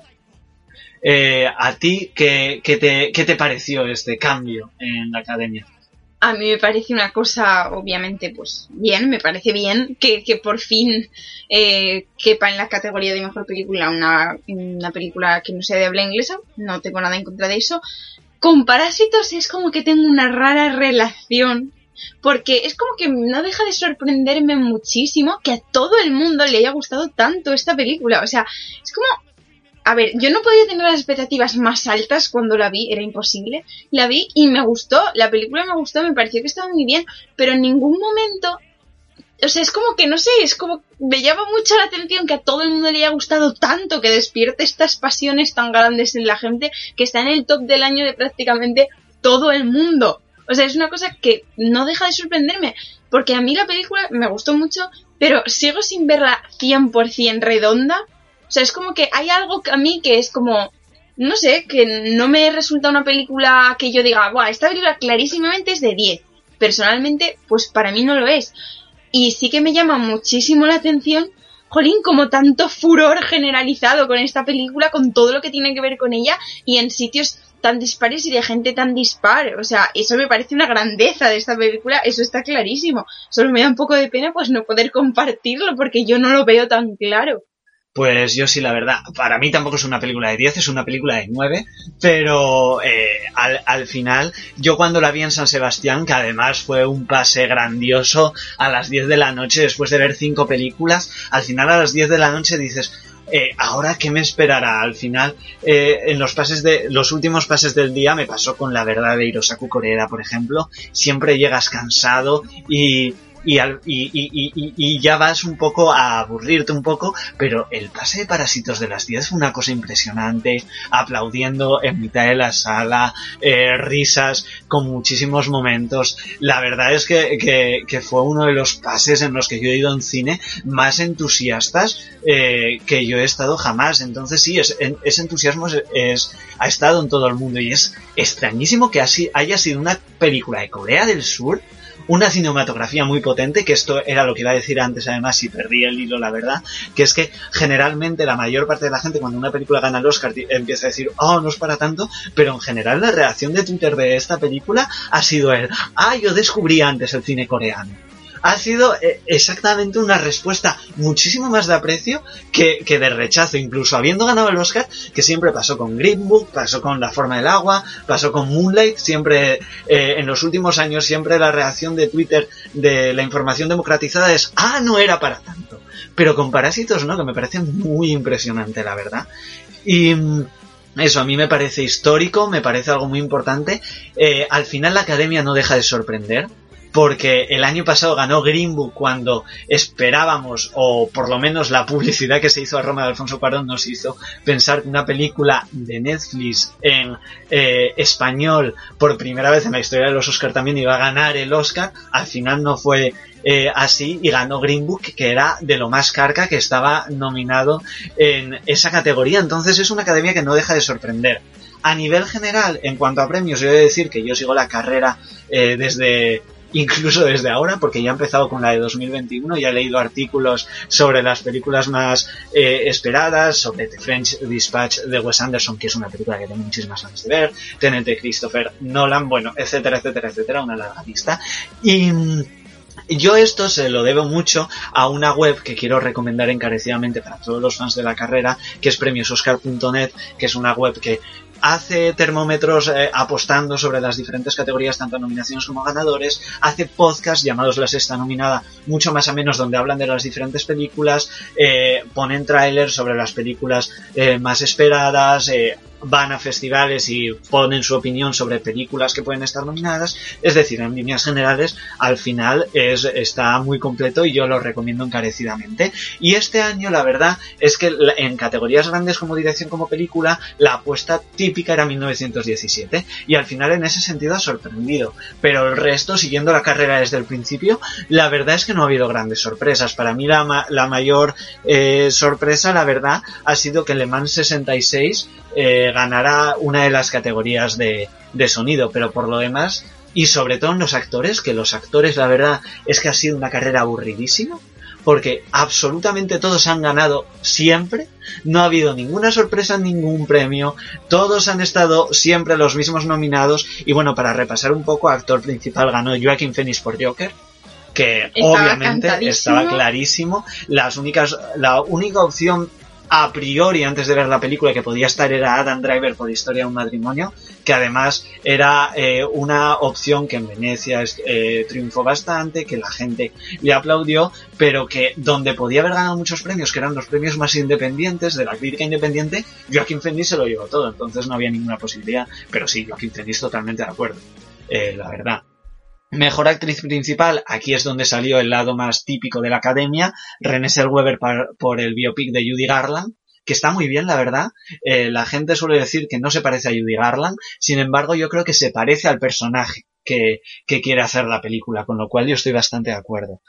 acuerdo. ¿A ti qué te pareció este cambio en la Academia? A mí me parece una cosa, obviamente, pues bien, me parece bien que por fin quepa en la categoría de mejor película una película que no sea de habla inglesa, no tengo nada en contra de eso. Con Parásitos es como que tengo una rara relación, porque es como que no deja de sorprenderme muchísimo que a todo el mundo le haya gustado tanto esta película. O sea, es como... A ver, yo no podía tener las expectativas más altas cuando la vi, era imposible. La vi y me gustó, la película me gustó, me pareció que estaba muy bien, pero en ningún momento... O sea, es como que, no sé, es como... Me llama mucho la atención que a todo el mundo le haya gustado tanto, que despierte estas pasiones tan grandes en la gente, que está en el top del año de prácticamente todo el mundo. O sea, es una cosa que no deja de sorprenderme, porque a mí la película me gustó mucho, pero sigo sin verla 100% redonda. O sea, es como que hay algo a mí que es como, no sé, que no me resulta una película que yo diga, buah, esta película clarísimamente es de 10. Personalmente, pues para mí no lo es. Y sí que me llama muchísimo la atención, jolín, como tanto furor generalizado con esta película, con todo lo que tiene que ver con ella, y en sitios tan dispares y de gente tan dispar. O sea, eso me parece una grandeza de esta película, eso está clarísimo. Solo me da un poco de pena pues no poder compartirlo, porque yo no lo veo tan claro. Pues yo sí, la verdad, para mí tampoco es una película de 10, es una película de 9, pero al final, yo cuando la vi en San Sebastián, que además fue un pase grandioso, a las 10 de la noche, después de ver 5 películas, al final a las 10 de la noche dices... ¿ahora qué me esperará? Al final, en los últimos pases del día me pasó con La verdad de Hirosaku Koreeda, por ejemplo. Siempre llegas cansado y ya vas un poco a aburrirte un poco, pero el pase de Parásitos de las 10 fue una cosa impresionante, aplaudiendo en mitad de la sala, risas con muchísimos momentos. La verdad es que fue uno de los pases en los que yo he ido en cine más entusiastas que yo he estado jamás. Entonces sí, ese entusiasmo ha estado en todo el mundo, y es extrañísimo que haya sido una película de Corea del Sur, una cinematografía muy potente, que esto era lo que iba a decir antes, además, si perdí el hilo, la verdad, que es que generalmente la mayor parte de la gente cuando una película gana el Oscar empieza a decir, oh, no es para tanto, pero en general la reacción de Twitter de esta película ha sido yo descubrí antes el cine coreano. Ha sido exactamente una respuesta muchísimo más de aprecio que de rechazo, incluso habiendo ganado el Oscar, que siempre pasó con Green Book, pasó con La forma del agua, pasó con Moonlight. Siempre en los últimos años siempre la reacción de Twitter de la información democratizada es no era para tanto, pero con Parásitos no, que me parece muy impresionante, la verdad. Y eso a mí me parece histórico, me parece algo muy importante. Al final la Academia no deja de sorprender, porque el año pasado ganó Green Book cuando esperábamos, o por lo menos la publicidad que se hizo a Roma de Alfonso Cuarón nos hizo pensar que una película de Netflix en español por primera vez en la historia de los Oscar también iba a ganar el Oscar. Al final no fue así, y ganó Green Book, que era de lo más carca que estaba nominado en esa categoría. Entonces es una academia que no deja de sorprender. A nivel general, en cuanto a premios, yo he de decir que yo sigo la carrera desde incluso desde ahora, porque ya he empezado con la de 2021, ya he leído artículos sobre las películas más esperadas, sobre The French Dispatch de Wes Anderson, que es una película que tengo muchísimas ganas de ver, Tenet de Christopher Nolan, bueno, etcétera, etcétera, etcétera, una larga lista. Y yo esto se lo debo mucho a una web que quiero recomendar encarecidamente para todos los fans de la carrera, que es premiososcar.net, que es una web que hace termómetros apostando sobre las diferentes categorías, tanto nominaciones como ganadores, hace podcasts llamados La Sexta Nominada, mucho más o menos, donde hablan de las diferentes películas, ponen trailers sobre las películas más esperadas, van a festivales y ponen su opinión sobre películas que pueden estar nominadas. Es decir, en líneas generales, al final está muy completo y yo lo recomiendo encarecidamente. Y este año la verdad es que en categorías grandes como dirección como película, la apuesta típica era 1917 y al final en ese sentido ha sorprendido, pero el resto, siguiendo la carrera desde el principio, la verdad es que no ha habido grandes sorpresas. Para mí la mayor sorpresa, la verdad, ha sido que Le Mans 66 ganará una de las categorías de sonido, pero por lo demás, y sobre todo en los actores, que los actores la verdad es que ha sido una carrera aburridísima, porque absolutamente todos han ganado siempre, no ha habido ninguna sorpresa en ningún premio, todos han estado siempre los mismos nominados. Y bueno, para repasar un poco, actor principal ganó Joaquin Phoenix por Joker, que obviamente estaba clarísimo. La única opción a priori antes de ver la película que podía estar era Adam Driver por Historia de un matrimonio, que además era una opción que en Venecia triunfó bastante, que la gente le aplaudió, pero que donde podía haber ganado muchos premios, que eran los premios más independientes de la crítica independiente, Joaquin Phoenix se lo llevó todo, entonces no había ninguna posibilidad. Pero sí, Joaquin Phoenix totalmente de acuerdo, la verdad. Mejor actriz principal, aquí es donde salió el lado más típico de la academia, Renée Zellweger por el biopic de Judy Garland, que está muy bien, la verdad. La gente suele decir que no se parece a Judy Garland, sin embargo yo creo que se parece al personaje que quiere hacer la película, con lo cual yo estoy bastante de acuerdo.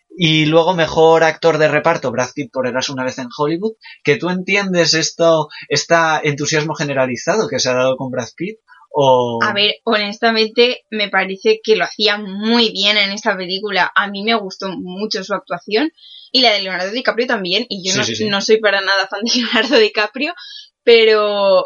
Y luego mejor actor de reparto, Brad Pitt por Eras una vez en Hollywood, que tú entiendes este entusiasmo generalizado que se ha dado con Brad Pitt. A ver, honestamente me parece que lo hacía muy bien en esta película. A mí me gustó mucho su actuación y la de Leonardo DiCaprio también. Y yo no soy para nada fan de Leonardo DiCaprio, pero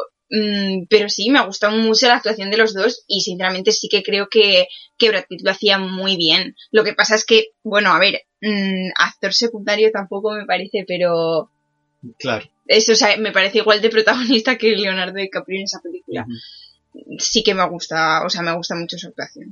sí, me ha gustado mucho la actuación de los dos y sinceramente sí que creo que Brad Pitt lo hacía muy bien. Lo que pasa es que, bueno, a ver, actor secundario tampoco me parece, pero claro, eso, o sea, me parece igual de protagonista que Leonardo DiCaprio en esa película. Uh-huh. Sí que me gusta, o sea, me gusta mucho su actuación.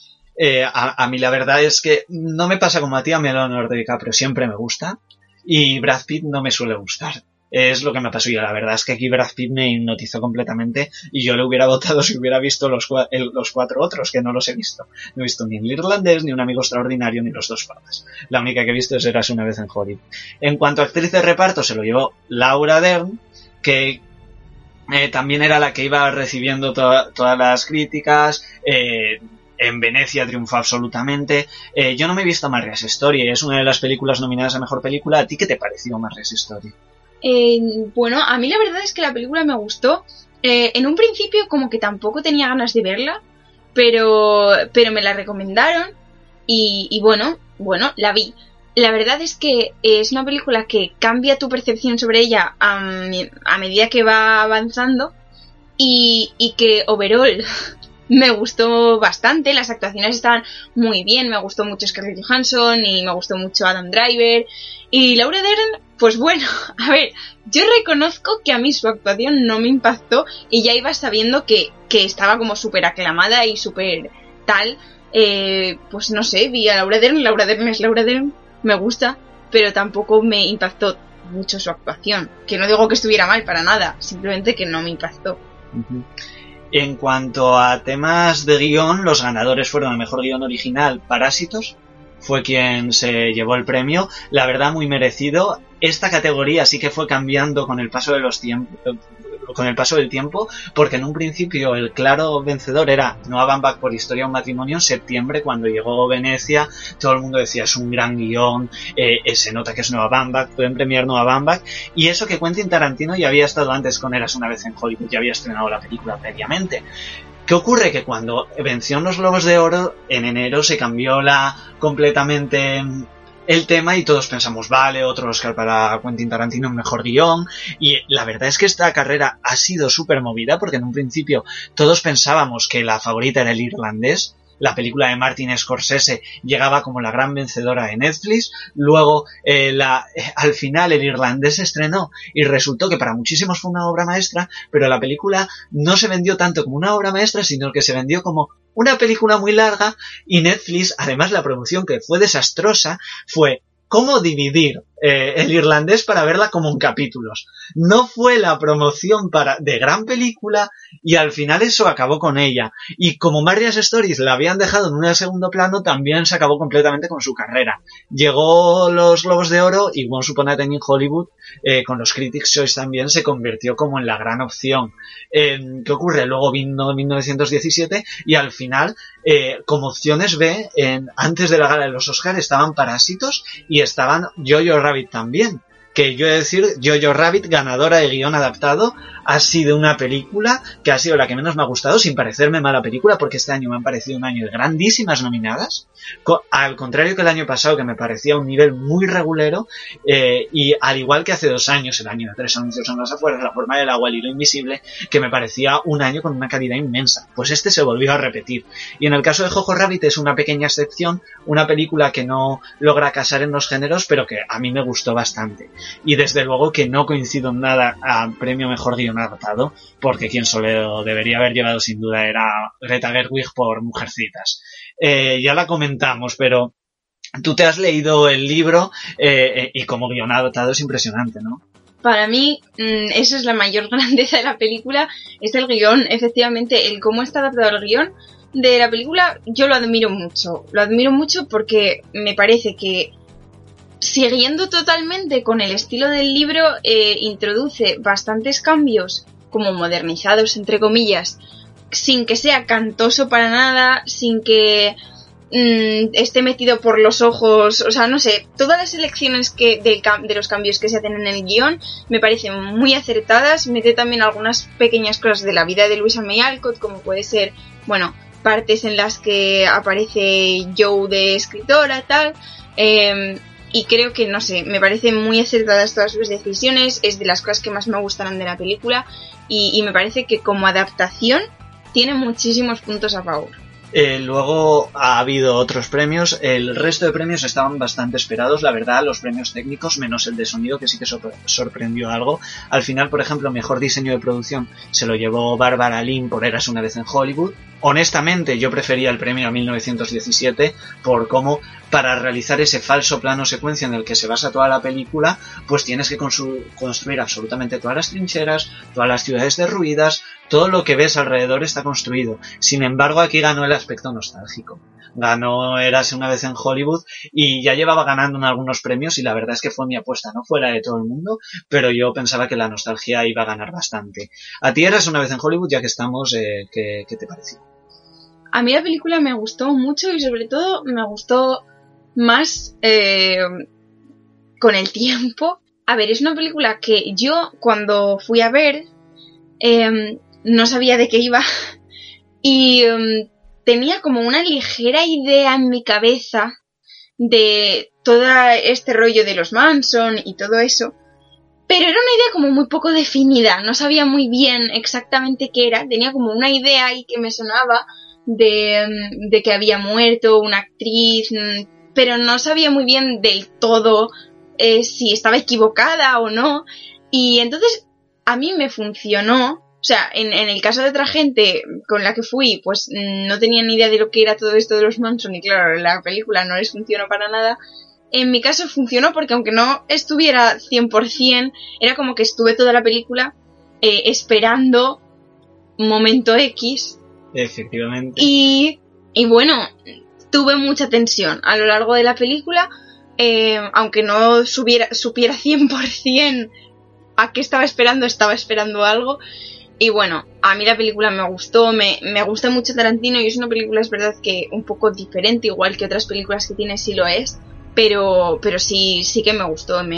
A mí la verdad es que no me pasa como a ti, a mí Leonardo DiCaprio siempre me gusta y Brad Pitt no me suele gustar. Es lo que me pasó yo. La verdad es que aquí Brad Pitt me hipnotizó completamente y yo le hubiera votado si hubiera visto los cuatro otros, que no los he visto. No he visto ni El Irlandés, ni Un amigo extraordinario, ni Los dos papas. La única que he visto es Eras una vez en Hollywood. En cuanto a actriz de reparto, se lo llevó Laura Dern, que también era la que iba recibiendo todas las críticas. En Venecia triunfó absolutamente. Yo no me he visto Marriage Story, es una de las películas nominadas a Mejor Película. ¿A ti qué te pareció Marriage Story? Bueno, a mí la verdad es que la película me gustó. En un principio como que tampoco tenía ganas de verla, pero me la recomendaron y bueno, la vi. La verdad es que es una película que cambia tu percepción sobre ella a medida que va avanzando y que overall me gustó bastante. Las actuaciones estaban muy bien, me gustó mucho Scarlett Johansson y me gustó mucho Adam Driver y Laura Dern. Pues bueno, a ver, yo reconozco que a mí su actuación no me impactó y ya iba sabiendo que estaba como súper aclamada y súper tal. Pues no sé, vi a Laura Dern es Laura Dern. Me gusta, pero tampoco me impactó mucho su actuación. Que no digo que estuviera mal para nada, simplemente que no me impactó. Uh-huh. En cuanto a temas de guión, los ganadores fueron el mejor guión original, Parásitos, fue quien se llevó el premio. La verdad, muy merecido. Esta categoría sí que fue cambiando con el paso de los tiempos. Con el paso del tiempo, porque en un principio el claro vencedor era Noah Baumbach por Historia de un matrimonio. En septiembre, cuando llegó Venecia, todo el mundo decía es un gran guión, se nota que es Noah Baumbach, pueden premiar Noah Baumbach, y eso que Quentin Tarantino ya había estado antes con Eras una vez en Hollywood, ya había estrenado la película previamente. ¿Qué ocurre? Que cuando venció los Globos de Oro, en enero se cambió completamente el tema y todos pensamos, vale, otro Oscar para Quentin Tarantino, mejor guión. Y la verdad es que esta carrera ha sido súper movida porque en un principio todos pensábamos que la favorita era El Irlandés. La película de Martin Scorsese llegaba como la gran vencedora de Netflix. Luego, al final, El Irlandés se estrenó y resultó que para muchísimos fue una obra maestra, pero la película no se vendió tanto como una obra maestra, sino que se vendió como una película muy larga, y Netflix, además la promoción que fue desastrosa, fue cómo dividir El Irlandés para verla como en capítulos. No fue la promoción de gran película, y al final eso acabó con ella. Y como Marriage Stories la habían dejado en un segundo plano, también se acabó completamente con su carrera. Llegó los Globos de Oro y Once Upon a Time in Hollywood, con los Critics' Choice también, se convirtió como en la gran opción. ¿Qué ocurre? Luego vino 1917 y al final, como opciones B, antes de la gala de los Oscars estaban Parásitos y estaban Jojo Rabbit también. Que yo he de decir, Jojo Rabbit, ganadora de guión adaptado, ha sido una película que ha sido la que menos me ha gustado, sin parecerme mala película, porque este año me han parecido un año de grandísimas nominadas, al contrario que el año pasado, que me parecía un nivel muy regulero, y al igual que hace 2 años, el año de 3 anuncios en las afueras, La forma del agua, El hilo invisible, que me parecía un año con una calidad inmensa. Pues este se volvió a repetir. Y en el caso de Jojo Rabbit es una pequeña excepción, una película que no logra casar en los géneros, pero que a mí me gustó bastante. Y desde luego que no coincido en nada al premio mejor guión adaptado, porque quien solo debería haber llevado sin duda era Greta Gerwig por Mujercitas. Ya la comentamos, pero tú te has leído el libro y como guión adaptado es impresionante, ¿no? Para mí, eso es la mayor grandeza de la película, es el guión. Efectivamente, el cómo está adaptado el guión de la película, yo lo admiro mucho. Lo admiro mucho porque me parece que, siguiendo totalmente con el estilo del libro, introduce bastantes cambios, como modernizados, entre comillas, sin que sea cantoso para nada, sin que esté metido por los ojos, o sea, no sé, todas las elecciones de los cambios que se hacen en el guión me parecen muy acertadas. Mete también algunas pequeñas cosas de la vida de Louisa May Alcott, como puede ser, bueno, partes en las que aparece Joe de escritora, tal, y creo que, no sé, me parecen muy acertadas todas sus decisiones, es de las cosas que más me gustan de la película, y me parece que como adaptación tiene muchísimos puntos a favor. Luego ha habido otros premios. El resto de premios estaban bastante esperados, la verdad, los premios técnicos, menos el de sonido, que sí que sorprendió algo. Al final, por ejemplo, mejor diseño de producción se lo llevó Barbara Lynn por Érase una vez en Hollywood. Honestamente, yo prefería el premio a 1917 por cómo, para realizar ese falso plano secuencia en el que se basa toda la película, pues tienes que construir absolutamente todas las trincheras, todas las ciudades derruidas, todo lo que ves alrededor está construido. Sin embargo, aquí ganó el aspecto nostálgico. Ganó Érase una vez en Hollywood y ya llevaba ganando en algunos premios, y la verdad es que fue mi apuesta, no fuera de todo el mundo, pero yo pensaba que la nostalgia iba a ganar bastante. A ti Érase una vez en Hollywood, ya que estamos, ¿qué te pareció? A mí la película me gustó mucho, y sobre todo me gustó más con el tiempo. A ver, es una película que yo cuando fui a ver no sabía de qué iba y tenía como una ligera idea en mi cabeza de todo este rollo de los Manson y todo eso, pero era una idea como muy poco definida, no sabía muy bien exactamente qué era. Tenía como una idea ahí que me sonaba de que había muerto una actriz, pero no sabía muy bien del todo si estaba equivocada o no, y entonces a mí me funcionó. O sea, en el caso de otra gente con la que fui, pues no tenían ni idea de lo que era todo esto de los Manson, y claro, la película no les funcionó para nada. En mi caso funcionó porque aunque no estuviera 100%, era como que estuve toda la película esperando un momento X. Efectivamente. Y bueno, tuve mucha tensión a lo largo de la película, aunque no supiera 100% a qué estaba esperando algo. Y bueno, a mí la película me gustó, me gusta mucho Tarantino, y es una película, es verdad que un poco diferente, igual que otras películas que tiene, sí lo es, pero sí que me gustó. A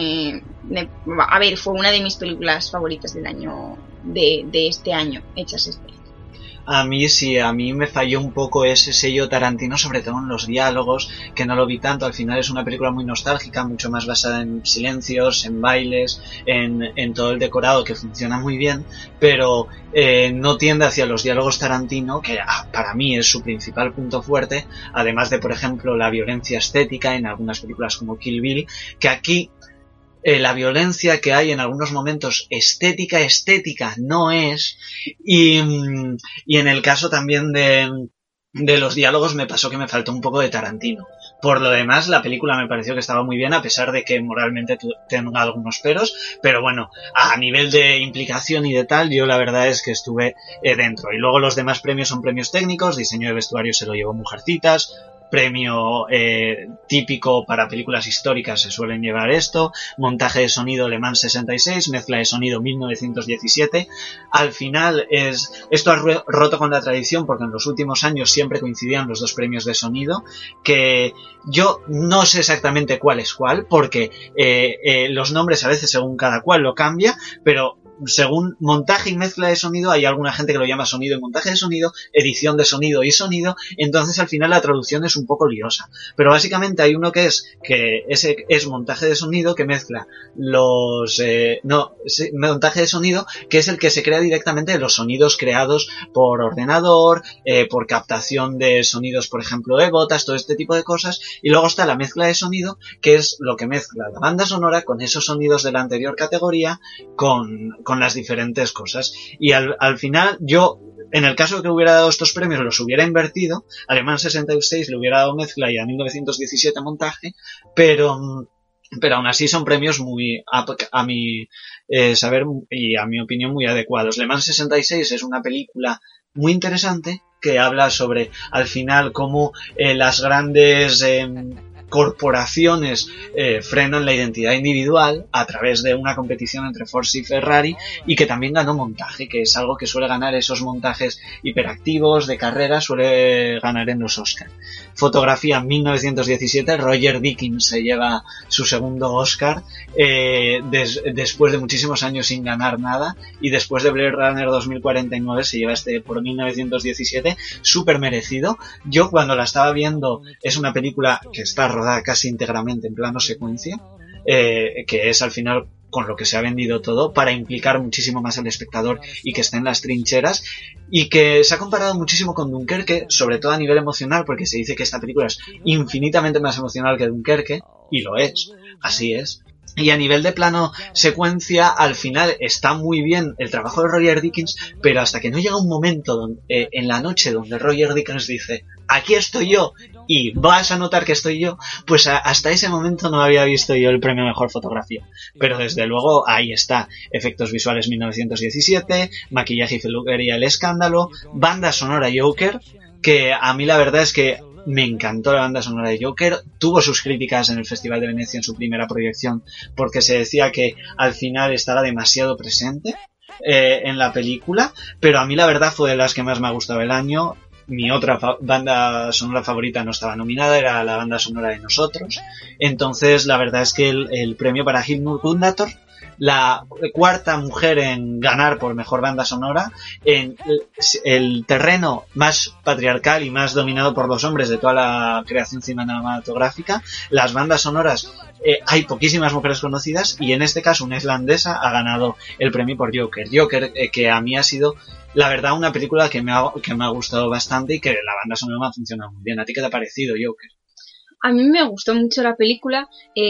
ver, fue una de mis películas favoritas del año, de este año, hechas este. A mí sí, a mí me falló un poco ese sello Tarantino, sobre todo en los diálogos, que no lo vi tanto. Al final es una película muy nostálgica, mucho más basada en silencios, en bailes, en todo el decorado, que funciona muy bien, pero no tiende hacia los diálogos Tarantino, que para mí es su principal punto fuerte, además de, por ejemplo, la violencia estética en algunas películas como Kill Bill, que aquí la violencia que hay en algunos momentos estética no es, y en el caso también de los diálogos me pasó que me faltó un poco de Tarantino. Por lo demás, la película me pareció que estaba muy bien, a pesar de que moralmente tenga algunos peros, pero bueno, a nivel de implicación y de tal, yo la verdad es que estuve dentro. Y luego los demás premios son premios técnicos, diseño de vestuario se lo llevó Mujercitas, premio típico para películas históricas se suelen llevar esto, montaje de sonido Le Mans 66, mezcla de sonido 1917. Al final esto ha roto con la tradición, porque en los últimos años siempre coincidían los dos premios de sonido, que yo no sé exactamente cuál es cuál, porque los nombres a veces según cada cual lo cambia, pero según montaje y mezcla de sonido hay alguna gente que lo llama sonido y montaje de sonido, edición de sonido y sonido, entonces al final la traducción es un poco liosa, pero básicamente hay uno que ese es montaje de sonido, que mezcla montaje de sonido, que es el que se crea directamente de los sonidos creados por ordenador, por captación de sonidos, por ejemplo de botas, todo este tipo de cosas, y luego está la mezcla de sonido, que es lo que mezcla la banda sonora con esos sonidos de la anterior categoría, con las diferentes cosas. Y al final yo, en el caso de que hubiera dado estos premios, los hubiera invertido. A Le Mans 66 le hubiera dado mezcla y a 1917 montaje, pero aún así son premios muy, a mi saber y a mi opinión, muy adecuados. Le Mans 66 es una película muy interesante que habla sobre, al final, cómo las grandes corporaciones frenan la identidad individual a través de una competición entre Ford y Ferrari, y que también ganó montaje, que es algo que suele ganar esos montajes hiperactivos de carrera, suele ganar en los Oscar. Fotografía 1917, Roger Deakins se lleva su segundo Oscar después de muchísimos años sin ganar nada, y después de Blade Runner 2049 se lleva por 1917, súper merecido. Yo cuando la estaba viendo, es una película que está rodada casi íntegramente en plano secuencia, que es al final con lo que se ha vendido todo, para implicar muchísimo más al espectador y que esté en las trincheras, y que se ha comparado muchísimo con Dunkerque, sobre todo a nivel emocional, porque se dice que esta película es infinitamente más emocional que Dunkerque, y lo es, así es. Y a nivel de plano secuencia, al final está muy bien el trabajo de Roger Deakins, pero hasta que no llega un momento en la noche donde Roger Deakins dice aquí estoy yo y vas a notar que estoy yo, pues hasta ese momento no había visto yo el premio Mejor Fotografía. Pero desde luego ahí está: efectos visuales 1917, maquillaje y peluquería El Escándalo, banda sonora Joker, que a mí la verdad es que me encantó la banda sonora de Joker. Tuvo sus críticas en el Festival de Venecia en su primera proyección, porque se decía que al final estaba demasiado presente en la película, pero a mí la verdad fue de las que más me ha gustado el año. Mi otra banda sonora favorita no estaba nominada, era la banda sonora de Nosotros. Entonces la verdad es que el premio para Hildur Guðnadóttir, la cuarta mujer en ganar por mejor banda sonora, en el terreno más patriarcal y más dominado por los hombres de toda la creación cinematográfica. Las bandas sonoras, hay poquísimas mujeres conocidas, y en este caso una islandesa ha ganado el premio por Joker, que a mí ha sido, la verdad, una película que me ha gustado bastante, y que la banda sonora me ha funcionado muy bien. ¿A ti qué te ha parecido, Joker? A mí me gustó mucho la película.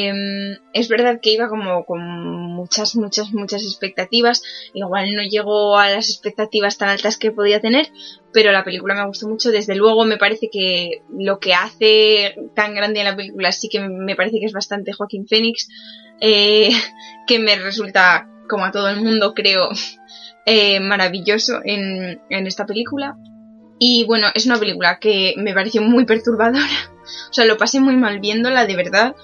Es verdad que iba como con muchas expectativas. Igual no llegó a las expectativas tan altas que podía tener, pero la película me gustó mucho. Desde luego me parece que lo que hace tan grande en la película sí que me parece que es bastante Joaquín Phoenix, que me resulta, como a todo el mundo creo, maravilloso en esta película. Y bueno, es una película que me pareció muy perturbadora. O sea, lo pasé muy mal viéndola, de verdad.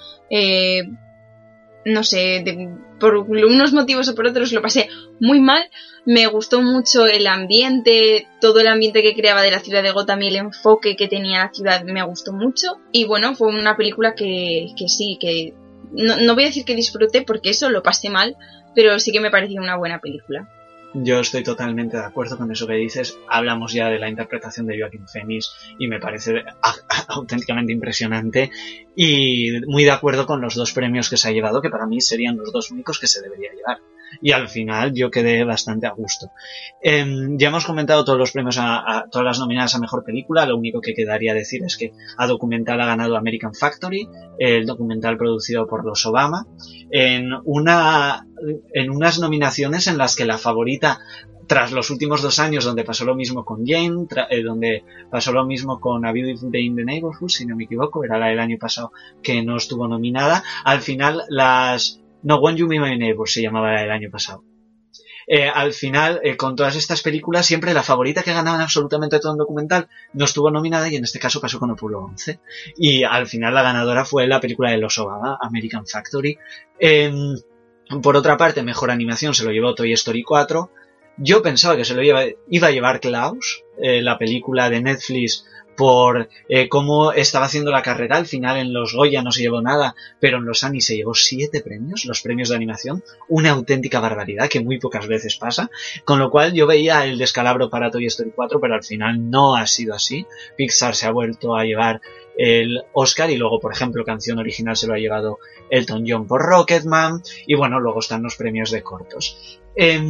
No sé, por unos motivos o por otros lo pasé muy mal. Me gustó mucho el ambiente, todo el ambiente que creaba de la ciudad de Gotham y el enfoque que tenía la ciudad me gustó mucho. Y bueno, fue una película que sí, que no voy a decir que disfruté, porque eso lo pasé mal, pero sí que me pareció una buena película. Yo estoy totalmente de acuerdo con eso que dices. Hablamos ya de la interpretación de Joaquin Phoenix y me parece auténticamente impresionante, y muy de acuerdo con los 2 premios que se ha llevado, que para mí serían los 2 únicos que se debería llevar. Y al final yo quedé bastante a gusto. Ya hemos comentado todos los premios a todas las nominadas a Mejor Película. Lo único que quedaría decir es que a documental ha ganado American Factory, el documental producido por los Obama, en unas nominaciones en las que la favorita, tras los últimos 2 años donde pasó lo mismo con Jane, donde pasó lo mismo con A Beautiful Day in the Neighborhood, si no me equivoco, era la del año pasado que no estuvo nominada, al final When You Meet My Neighbor se llamaba la del año pasado. Al final, con todas estas películas, siempre la favorita que ganaba en absolutamente todo un documental no estuvo nominada, y en este caso pasó con Apolo 11. Y al final la ganadora fue la película de los Obama, American Factory. Por otra parte, Mejor Animación se lo llevó Toy Story 4. Yo pensaba que se lo iba a llevar Klaus, la película de Netflix, por cómo estaba haciendo la carrera. Al final en los Goya no se llevó nada, pero en los Annie se llevó 7 premios, los premios de animación, una auténtica barbaridad que muy pocas veces pasa, con lo cual yo veía el descalabro para Toy Story 4, pero al final no ha sido así. Pixar se ha vuelto a llevar el Oscar, y luego, por ejemplo, canción original se lo ha llevado Elton John por Rocketman, y bueno, luego están los premios de cortos.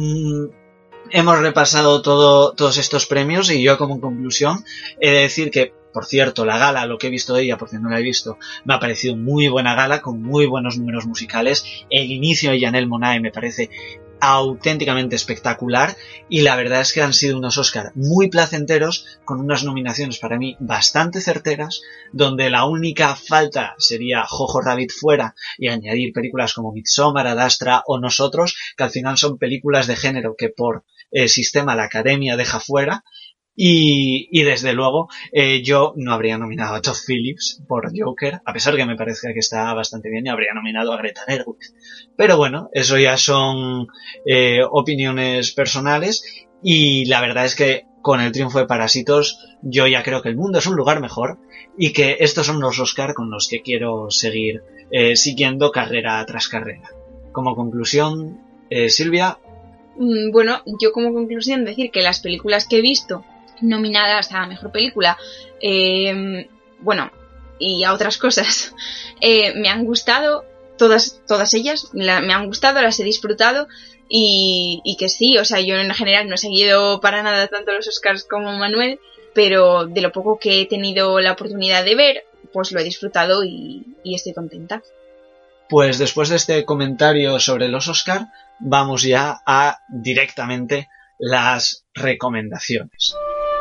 Hemos repasado todos estos premios, y yo como conclusión he de decir que, por cierto, la gala, lo que he visto de ella, porque no la he visto, me ha parecido muy buena gala, con muy buenos números musicales. El inicio de Janelle Monáe me parece auténticamente espectacular, y la verdad es que han sido unos Oscar muy placenteros, con unas nominaciones para mí bastante certeras, donde la única falta sería Jojo Rabbit fuera y añadir películas como Midsommar, Ad Astra o Nosotros, que al final son películas de género que por sistema la Academia deja fuera. Y desde luego yo no habría nominado a Todd Phillips por Joker, a pesar que me parece que está bastante bien, y habría nominado a Greta Gerwig. Pero bueno, eso ya son opiniones personales, y la verdad es que con el triunfo de Parásitos yo ya creo que el mundo es un lugar mejor, y que estos son los Oscar con los que quiero seguir siguiendo carrera tras carrera. Como conclusión, Silvia. Bueno, yo como conclusión decir que las películas que he visto nominadas a Mejor Película, bueno, y a otras cosas, me han gustado todas ellas, me han gustado, las he disfrutado, y que sí, o sea, yo en general no he seguido para nada tanto los Oscars como Manuel, pero de lo poco que he tenido la oportunidad de ver, pues lo he disfrutado y estoy contenta. Pues después de este comentario sobre los Oscar, vamos ya a directamente las recomendaciones.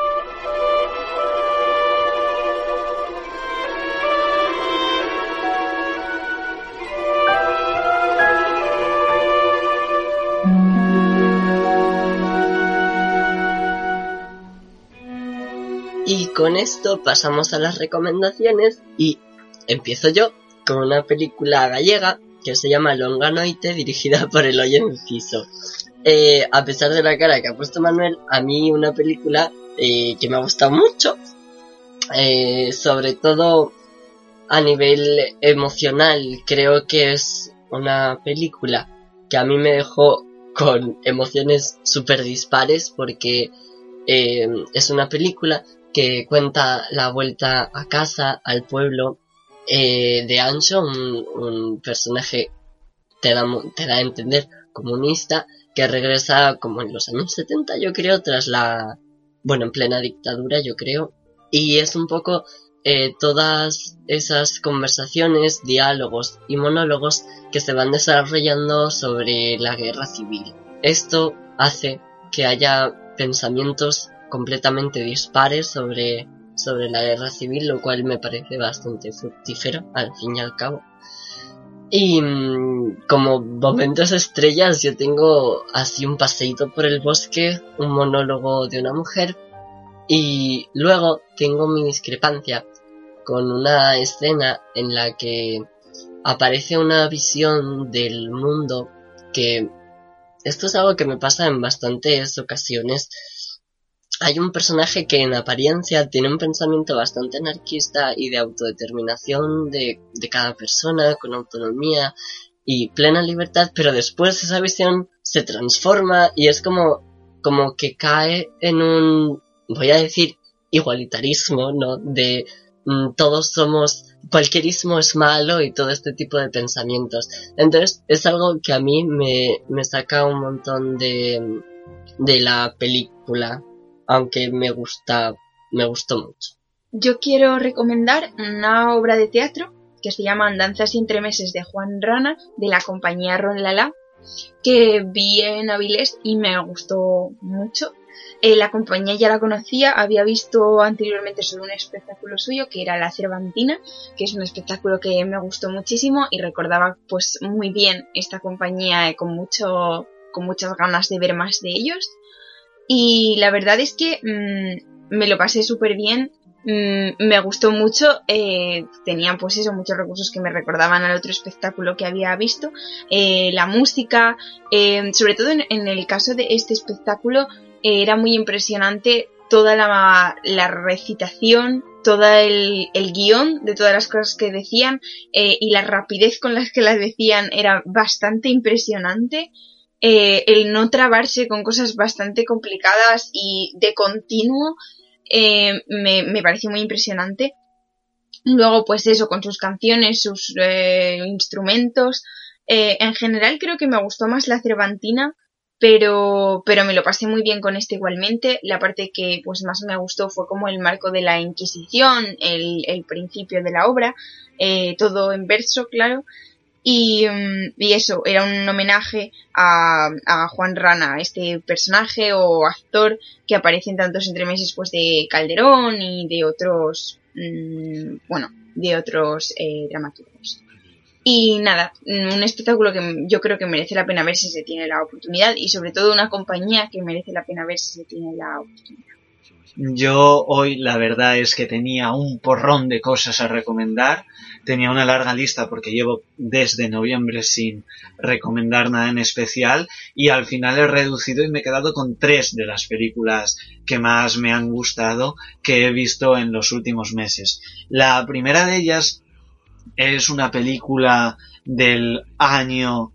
Y con esto pasamos a las recomendaciones, y empiezo yo con una película gallega que se llama Longa Noite, dirigida por Eloy Enciso. A pesar de la cara que ha puesto Manuel, a mí una película que me ha gustado mucho, sobre todo a nivel emocional. Creo que es una película que a mí me dejó con emociones súper dispares, porque es una película que cuenta la vuelta a casa, al pueblo, de Anxo, un personaje, te da a entender, comunista, que regresa como en los años 70, yo creo, en plena dictadura, yo creo, y es un poco todas esas conversaciones, diálogos y monólogos que se van desarrollando sobre la guerra civil. Esto hace que haya pensamientos completamente dispares sobre la guerra civil, lo cual me parece bastante fructífero al fin y al cabo. Y como momentos estrellas, yo tengo así un paseíto por el bosque, un monólogo de una mujer, y luego tengo mi discrepancia con una escena en la que aparece una visión del mundo, que esto es algo que me pasa en bastantes ocasiones. Hay un personaje que en apariencia tiene un pensamiento bastante anarquista y de autodeterminación de cada persona, con autonomía y plena libertad, pero después esa visión se transforma y es como como que cae en un, voy a decir, igualitarismo, ¿no? De todos somos, cualquierismo es malo y todo este tipo de pensamientos. Entonces es algo que a mí me saca un montón de la película, aunque me gustó mucho. Yo quiero recomendar una obra de teatro que se llama Andanzas y entremeses de Juan Rana, de la compañía Ron Lala, que vi en Avilés y me gustó mucho. La compañía ya la conocía, había visto anteriormente solo un espectáculo suyo que era La Cervantina, que es un espectáculo que me gustó muchísimo y recordaba pues muy bien esta compañía con muchas ganas de ver más de ellos. Y la verdad es que me lo pasé súper bien. Me gustó mucho, tenían pues eso, muchos recursos que me recordaban al otro espectáculo que había visto, la música, sobre todo en el caso de este espectáculo era muy impresionante toda la recitación, todo el guión de todas las cosas que decían, y la rapidez con las que las decían era bastante impresionante. El no trabarse con cosas bastante complicadas y de continuo me pareció muy impresionante. Luego pues eso, con sus canciones, sus instrumentos, en general creo que me gustó más La Cervantina, pero me lo pasé muy bien con este igualmente. La parte que pues más me gustó fue como el marco de la Inquisición, el principio de la obra, todo en verso, claro. Y eso, era un homenaje a Juan Rana, este personaje o actor que aparece en tantos entremeses pues de Calderón y de otros, dramaturgos. Y nada, un espectáculo que yo creo que merece la pena ver si se tiene la oportunidad, y sobre todo una compañía que merece la pena ver si se tiene la oportunidad. Yo hoy la verdad es que tenía un porrón de cosas a recomendar, tenía una larga lista porque llevo desde noviembre sin recomendar nada en especial y al final he reducido y me he quedado con 3 de las películas que más me han gustado que he visto en los últimos meses. La primera de ellas es una película del año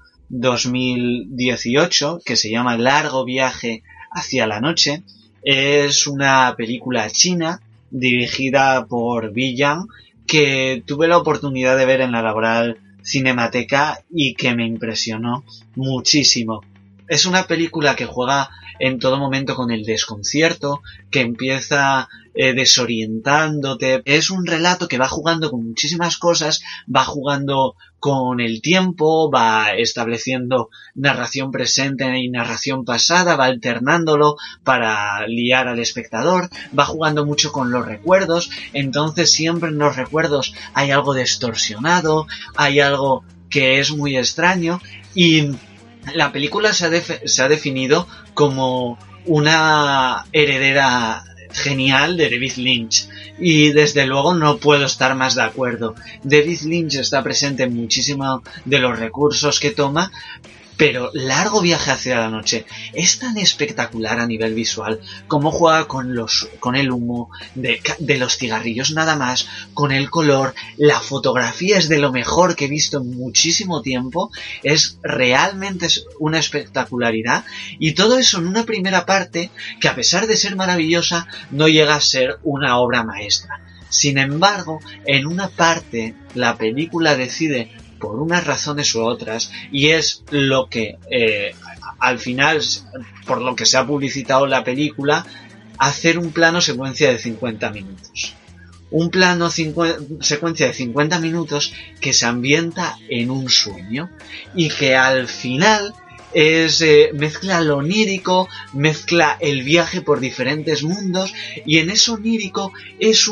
2018 que se llama Largo viaje hacia la noche. Es una película china dirigida por Bi Yang que tuve la oportunidad de ver en la Laboral Cinemateca y que me impresionó muchísimo. Es una película que juega en todo momento con el desconcierto, que empieza desorientándote. Es un relato que va jugando con muchísimas cosas, va jugando con el tiempo, va estableciendo narración presente y narración pasada, va alternándolo para liar al espectador, va jugando mucho con los recuerdos, entonces siempre en los recuerdos hay algo distorsionado, hay algo que es muy extraño y la película se ha definido como una heredera genial de David Lynch y desde luego no puedo estar más de acuerdo. David Lynch está presente en muchísimos de los recursos que toma, pero Largo viaje hacia la noche es tan espectacular a nivel visual, como juega con el humo de los cigarrillos nada más, con el color, la fotografía es de lo mejor que he visto en muchísimo tiempo, es realmente una espectacularidad y todo eso en una primera parte que a pesar de ser maravillosa no llega a ser una obra maestra. Sin embargo, en una parte la película decide por unas razones u otras, y es lo que al final, por lo que se ha publicitado la película, hacer un plano secuencia de 50 minutos. Un plano secuencia de 50 minutos que se ambienta en un sueño y que al final mezcla lo onírico, mezcla el viaje por diferentes mundos y en eso onírico es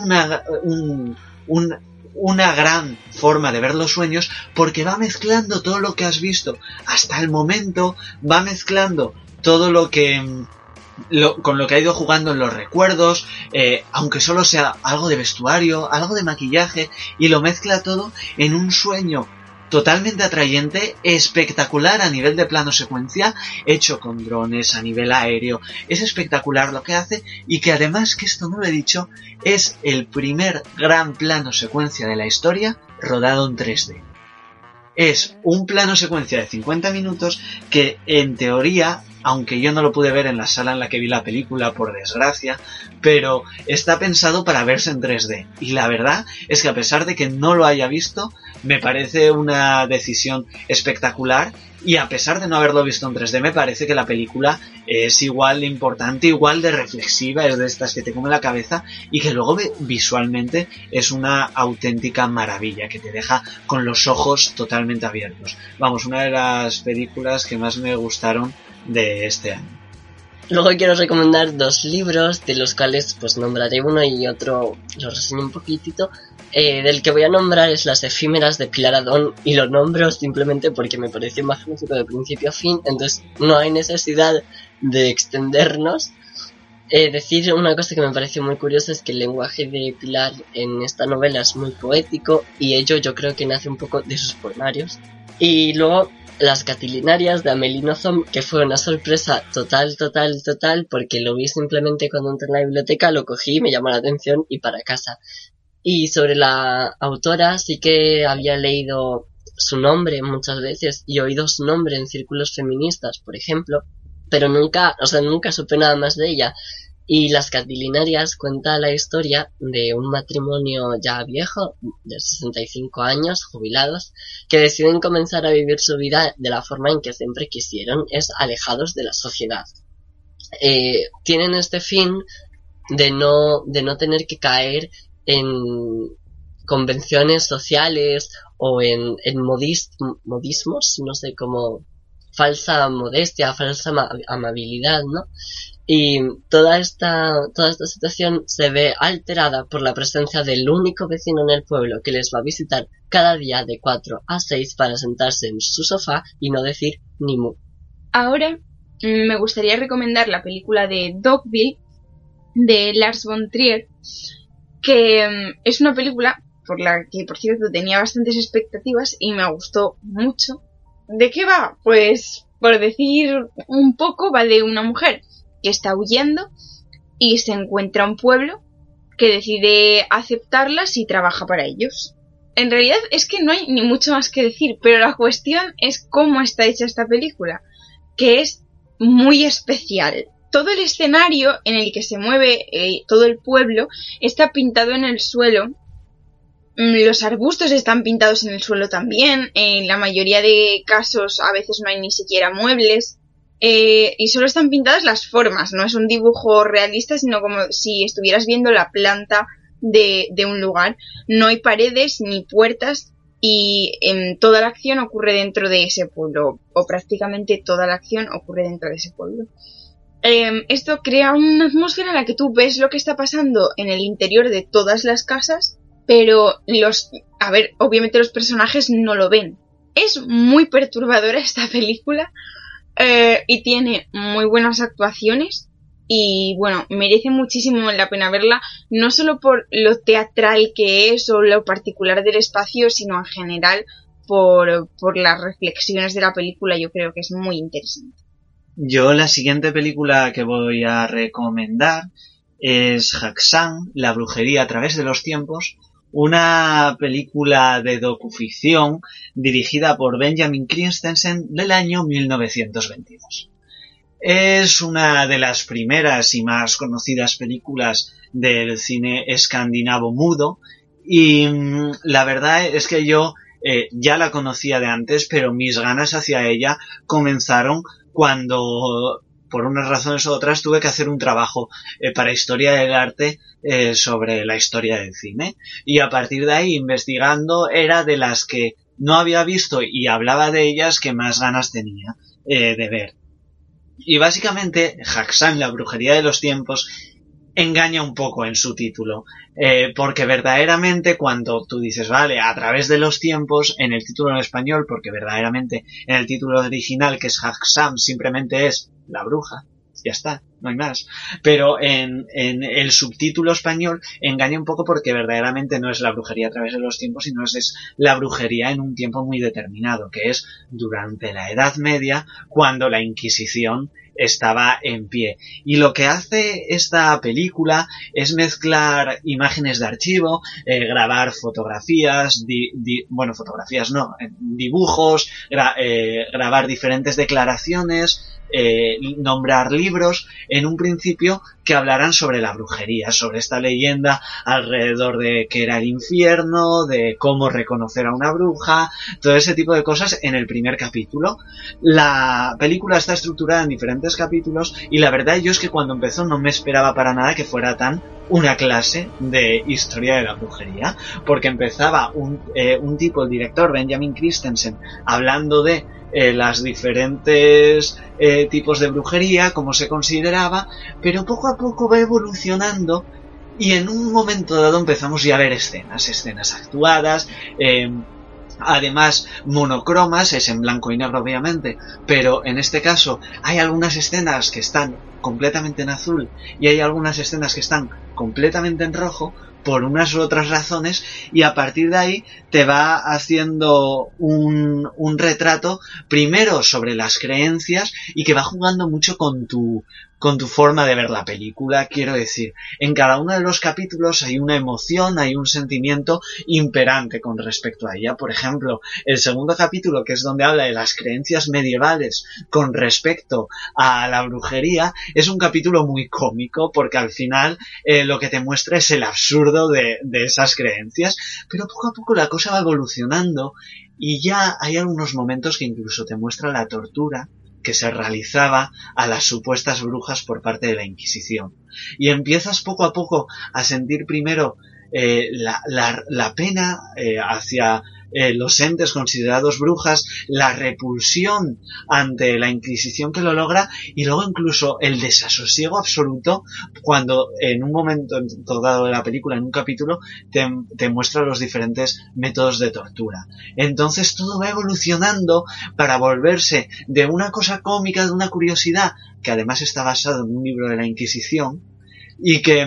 una gran forma de ver los sueños porque va mezclando todo lo que has visto hasta el momento, va mezclando todo lo que con lo que ha ido jugando en los recuerdos, aunque solo sea algo de vestuario, algo de maquillaje, y lo mezcla todo en un sueño totalmente atrayente, espectacular a nivel de plano secuencia, hecho con drones a nivel aéreo. Es espectacular lo que hace y que además, que esto no lo he dicho, es el primer gran plano secuencia de la historia rodado en 3D. Es un plano secuencia de 50 minutos que en teoría aunque yo no lo pude ver en la sala en la que vi la película, por desgracia, pero está pensado para verse en 3D. Y la verdad es que a pesar de que no lo haya visto, me parece una decisión espectacular, y a pesar de no haberlo visto en 3D, me parece que la película es igual de importante, igual de reflexiva, es de estas que te come la cabeza, y que luego visualmente es una auténtica maravilla, que te deja con los ojos totalmente abiertos. Vamos, una de las películas que más me gustaron de este año. Luego quiero recomendar 2 libros, de los cuales pues nombraré uno y otro lo reseño un poquitito. Del que voy a nombrar es Las efímeras de Pilar Adón, y lo nombro simplemente porque me pareció magnífico de principio a fin, entonces no hay necesidad de extendernos. Decir una cosa que me pareció muy curiosa es que el lenguaje de Pilar en esta novela es muy poético, y ello yo creo que nace un poco de sus poemarios. Y luego Las Catilinarias de Amélie Nothomb, que fue una sorpresa total, porque lo vi simplemente cuando entré en la biblioteca, lo cogí, me llamó la atención y para casa. Y sobre la autora sí que había leído su nombre muchas veces y oído su nombre en círculos feministas, por ejemplo, pero nunca supe nada más de ella. Y Las Catilinarias cuenta la historia de un matrimonio ya viejo, de 65 años, jubilados, que deciden comenzar a vivir su vida de la forma en que siempre quisieron, es alejados de la sociedad. Tienen este fin de no tener que caer en convenciones sociales o en modismos, no sé, como falsa modestia, falsa amabilidad, ¿no? Y toda esta situación se ve alterada por la presencia del único vecino en el pueblo que les va a visitar cada día de 4 a 6 para sentarse en su sofá y no decir ni mu. Ahora me gustaría recomendar la película de Dogville de Lars von Trier, que es una película por la que, por cierto, tenía bastantes expectativas y me gustó mucho. ¿De qué va? Pues, por decir un poco, va de una mujer que está huyendo y se encuentra un pueblo que decide aceptarlas y trabaja para ellos. En realidad es que no hay ni mucho más que decir, pero la cuestión es cómo está hecha esta película, que es muy especial. Todo el escenario en el que se mueve todo el pueblo está pintado en el suelo. Los arbustos están pintados en el suelo también. En la mayoría de casos a veces no hay ni siquiera muebles. Y solo están pintadas las formas. No es un dibujo realista, sino como si estuvieras viendo la planta de un lugar. No hay paredes ni puertas. Y toda la acción ocurre dentro de ese pueblo. O prácticamente toda la acción ocurre dentro de ese pueblo. Esto crea una atmósfera en la que tú ves lo que está pasando en el interior de todas las casas, pero obviamente los personajes no lo ven. Es muy perturbadora esta película, y tiene muy buenas actuaciones, y bueno, merece muchísimo la pena verla, no solo por lo teatral que es o lo particular del espacio, sino en general por las reflexiones de la película. Yo creo que es muy interesante. Yo la siguiente película que voy a recomendar es Hakshan, la brujería a través de los tiempos, una película de docuficción dirigida por Benjamin Christensen del año 1922. Es una de las primeras y más conocidas películas del cine escandinavo mudo, y la verdad es que yo ya la conocía de antes, pero mis ganas hacia ella comenzaron cuando, por unas razones u otras, tuve que hacer un trabajo para Historia del Arte sobre la historia del cine. Y a partir de ahí, investigando, era de las que no había visto y hablaba de ellas que más ganas tenía de ver. Y básicamente, Hakshan, la brujería de los tiempos, engaña un poco en su título, porque verdaderamente cuando tú dices, vale, a través de los tiempos, en el título en español, porque verdaderamente en el título original, que es Hakshan, simplemente es la bruja, ya está, no hay más, pero en el subtítulo español engaña un poco porque verdaderamente no es la brujería a través de los tiempos, sino es la brujería en un tiempo muy determinado, que es durante la Edad Media, cuando la Inquisición estaba en pie. Y lo que hace esta película es mezclar imágenes de archivo, grabar fotografías, fotografías no, dibujos, grabar diferentes declaraciones, nombrar libros, en un principio que hablaran sobre la brujería, sobre esta leyenda alrededor de qué era el infierno, de cómo reconocer a una bruja, todo ese tipo de cosas en el primer capítulo. La película está estructurada en diferentes capítulos y la verdad yo es que cuando empezó no me esperaba para nada que fuera tan una clase de historia de la brujería, porque empezaba un tipo, el director Benjamin Christensen, hablando de las diferentes tipos de brujería, cómo se consideraba, pero poco a poco va evolucionando y en un momento dado empezamos ya a ver escenas actuadas, además monocromas, es en blanco y negro obviamente, pero en este caso hay algunas escenas que están completamente en azul y hay algunas escenas que están completamente en rojo por unas u otras razones, y a partir de ahí te va haciendo un retrato primero sobre las creencias y que va jugando mucho con tu forma de ver la película. Quiero decir, en cada uno de los capítulos hay una emoción, hay un sentimiento imperante con respecto a ella. Por ejemplo, el segundo capítulo, que es donde habla de las creencias medievales con respecto a la brujería, es un capítulo muy cómico porque al final lo que te muestra es el absurdo de esas creencias, pero poco a poco la cosa va evolucionando y ya hay algunos momentos que incluso te muestra la tortura que se realizaba a las supuestas brujas por parte de la Inquisición. Y empiezas poco a poco a sentir primero la pena hacia los entes considerados brujas, la repulsión ante la Inquisición que lo logra, y luego incluso el desasosiego absoluto cuando en un momento dado de la película, en un capítulo, te muestra los diferentes métodos de tortura. Entonces todo va evolucionando para volverse de una cosa cómica, de una curiosidad, que además está basado en un libro de la Inquisición, y que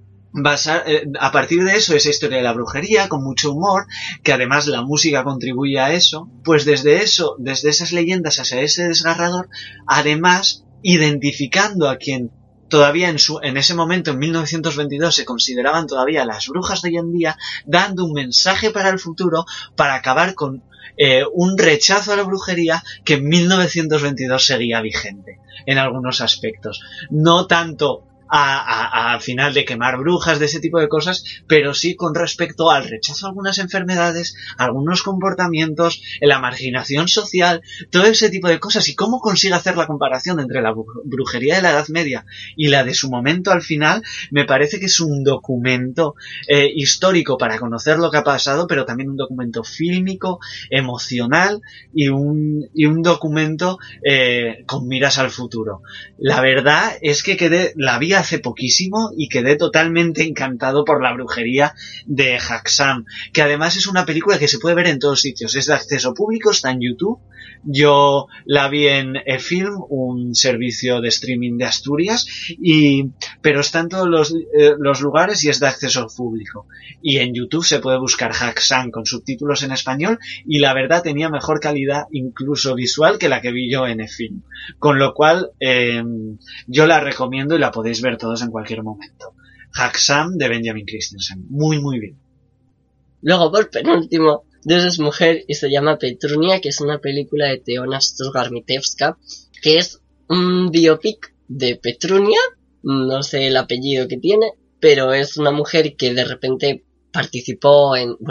a partir de eso, esa historia de la brujería con mucho humor, que además la música contribuye a eso, pues desde esas leyendas hacia ese desgarrador, además identificando a quien todavía en ese momento, en 1922, se consideraban todavía las brujas de hoy en día, dando un mensaje para el futuro para acabar con un rechazo a la brujería que en 1922 seguía vigente en algunos aspectos. No tanto al final de quemar brujas, de ese tipo de cosas, pero sí con respecto al rechazo a algunas enfermedades, a algunos comportamientos, la marginación social, todo ese tipo de cosas, y cómo consigue hacer la comparación entre la brujería de la Edad Media y la de su momento al final. Me parece que es un documento histórico para conocer lo que ha pasado, pero también un documento fílmico, emocional y un documento con miras al futuro. La verdad es que la vi hace poquísimo y quedé totalmente encantado por la brujería de Haksam, que además es una película que se puede ver en todos sitios, es de acceso público, está en YouTube. Yo la vi en eFilm, un servicio de streaming de Asturias, pero está en todos los lugares y es de acceso público. Y en YouTube se puede buscar Haksam con subtítulos en español, y la verdad tenía mejor calidad incluso visual que la que vi yo en eFilm. Con lo cual yo la recomiendo y la podéis ver todos en cualquier momento. Haksam de Benjamin Christensen. Muy, muy bien. Luego, por penúltimo, Dios es mujer y se llama Petrunia, que es una película de Teona Strugar-Mitevska, que es un biopic de Petrunia, no sé el apellido que tiene, pero es una mujer que de repente participó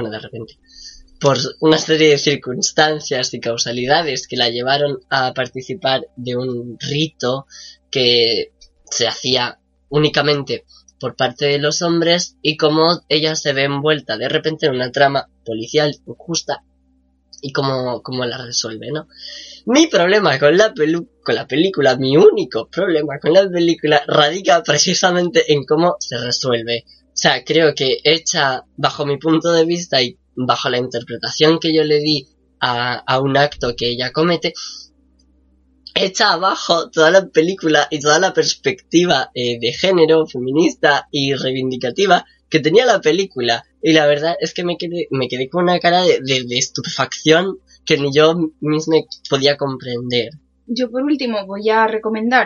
por una serie de circunstancias y causalidades que la llevaron a participar de un rito que se hacía únicamente por parte de los hombres, y cómo ella se ve envuelta de repente en una trama policial injusta y cómo la resuelve, ¿no? Mi problema con la película, mi único problema con la película radica precisamente en cómo se resuelve. O sea, creo que hecha bajo mi punto de vista y bajo la interpretación que yo le di a un acto que ella comete, echa abajo toda la película y toda la perspectiva de género, feminista y reivindicativa que tenía la película. Y la verdad es que me quedé con una cara de estupefacción que ni yo misma podía comprender. Yo por último voy a recomendar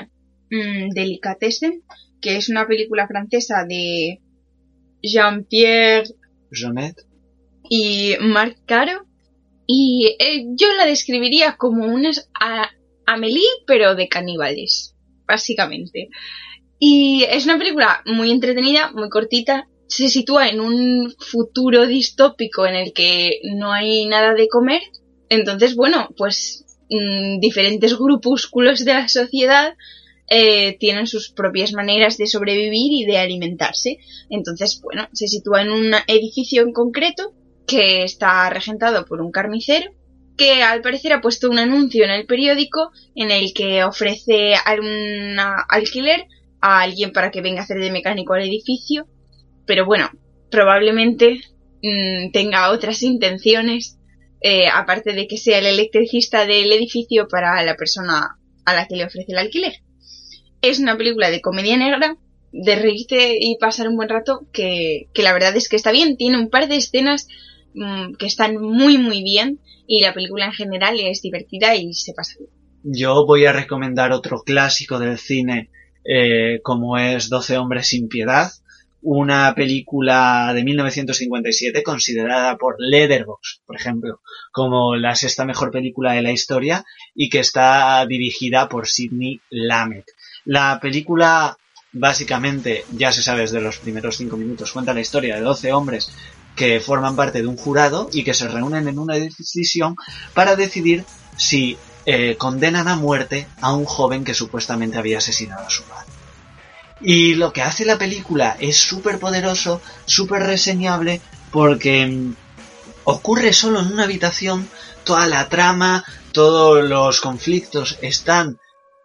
Delicatessen, que es una película francesa de Jean-Pierre Jeunet. y Marc Caro. Y yo la describiría como una Amélie, pero de caníbales, básicamente. Y es una película muy entretenida, muy cortita. Se sitúa en un futuro distópico en el que no hay nada de comer. Entonces, bueno, pues diferentes grupúsculos de la sociedad tienen sus propias maneras de sobrevivir y de alimentarse. Entonces, bueno, se sitúa en un edificio en concreto que está regentado por un carnicero que al parecer ha puesto un anuncio en el periódico en el que ofrece un alquiler a alguien para que venga a hacer de mecánico al edificio. Pero bueno, probablemente tenga otras intenciones, aparte de que sea el electricista del edificio para la persona a la que le ofrece el alquiler. Es una película de comedia negra, de reírte y pasar un buen rato, que la verdad es que está bien. Tiene un par de escenas que están muy muy bien, y la película en general es divertida y se pasa bien. Yo voy a recomendar otro clásico del cine, como es 12 hombres sin piedad, una película de 1957 considerada por Letterboxd, por ejemplo, como la sexta mejor película de la historia, y que está dirigida por Sidney Lumet. La película, básicamente, ya se sabe desde los primeros 5 minutos, cuenta la historia de 12 hombres que forman parte de un jurado y que se reúnen en una decisión para decidir si condenan a muerte a un joven que supuestamente había asesinado a su padre. Y lo que hace la película es súper poderoso, súper reseñable, porque ocurre solo en una habitación. Toda la trama, todos los conflictos están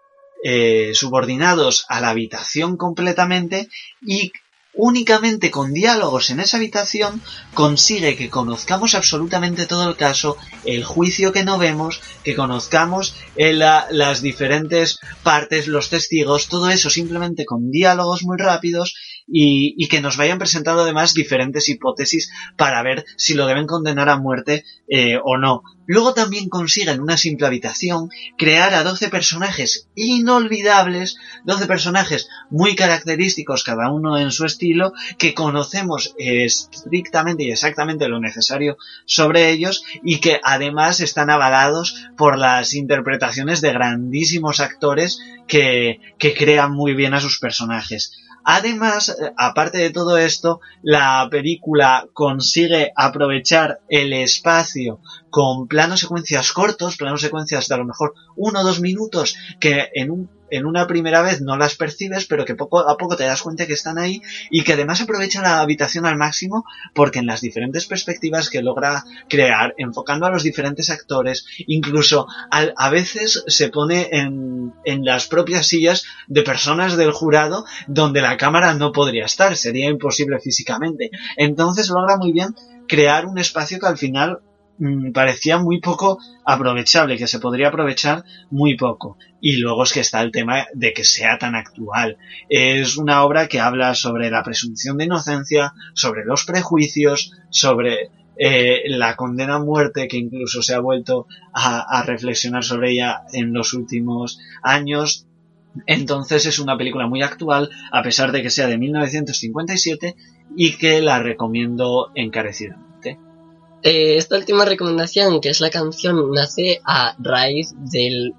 subordinados a la habitación completamente, y únicamente con diálogos en esa habitación consigue que conozcamos absolutamente todo el caso, el juicio que no vemos, que conozcamos las diferentes partes, los testigos, todo eso simplemente con diálogos muy rápidos, y que nos vayan presentando además diferentes hipótesis para ver si lo deben condenar a muerte o no. Luego también consigue en una simple habitación crear a 12 personajes inolvidables, 12 personajes muy característicos, cada uno en su estilo, que conocemos estrictamente y exactamente lo necesario sobre ellos, y que además están avalados por las interpretaciones de grandísimos actores que crean muy bien a sus personajes. Además, aparte de todo esto, la película consigue aprovechar el espacio con planos secuencias cortos, planos secuencias de a lo mejor 1 o 2 minutos, que en una primera vez no las percibes, pero que poco a poco te das cuenta que están ahí, y que además aprovecha la habitación al máximo, porque en las diferentes perspectivas que logra crear, enfocando a los diferentes actores, incluso a veces se pone en las propias sillas de personas del jurado donde la cámara no podría estar, sería imposible físicamente. Entonces logra muy bien crear un espacio que al final parecía muy poco aprovechable, que se podría aprovechar muy poco. Y luego es que está el tema de que sea tan actual. Es una obra que habla sobre la presunción de inocencia, sobre los prejuicios, sobre la condena a muerte, que incluso se ha vuelto a reflexionar sobre ella en los últimos años. Entonces es una película muy actual, a pesar de que sea de 1957, y que la recomiendo encarecidamente. Esta última recomendación, que es la canción, nace a raíz del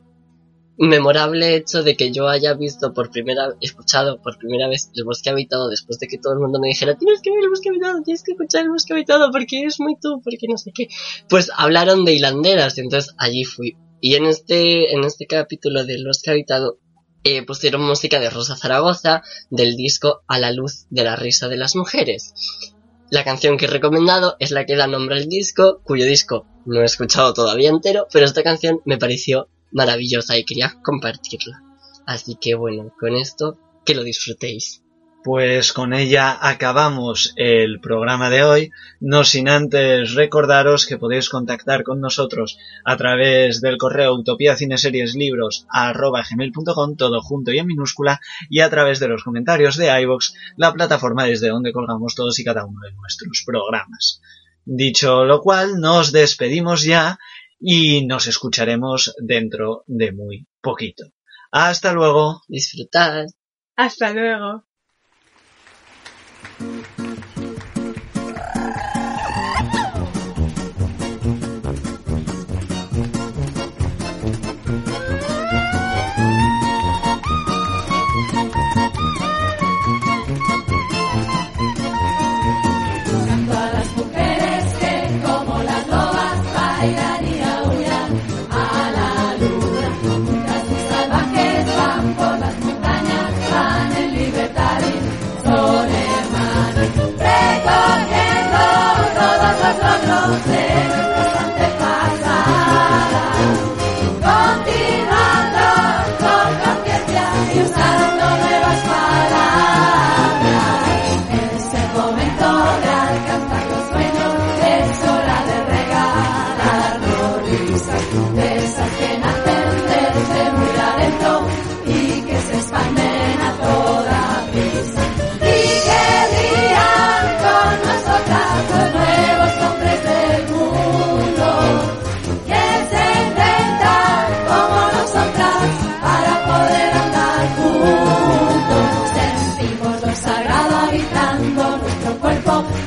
memorable hecho de que yo haya escuchado por primera vez El Bosque Habitado, después de que todo el mundo me dijera: tienes que ver El Bosque Habitado, tienes que escuchar El Bosque Habitado porque es muy tú, porque no sé qué. Pues hablaron de hilanderas, y entonces allí fui. Y en este capítulo de El Bosque Habitado pusieron música de Rosa Zaragoza, del disco A la luz de la risa de las mujeres. La canción que he recomendado es la que da nombre al disco, cuyo disco no he escuchado todavía entero, pero esta canción me pareció maravillosa y quería compartirla. Así que bueno, con esto, que lo disfrutéis. Pues con ella acabamos el programa de hoy, no sin antes recordaros que podéis contactar con nosotros a través del correo utopiacineserieslibros@gmail.com, todo junto y en minúscula, y a través de los comentarios de iVoox, la plataforma desde donde colgamos todos y cada uno de nuestros programas. Dicho lo cual, nos despedimos ya y nos escucharemos dentro de muy poquito. Hasta luego. Disfrutad. Hasta luego. Sagrado habitando nuestro cuerpo.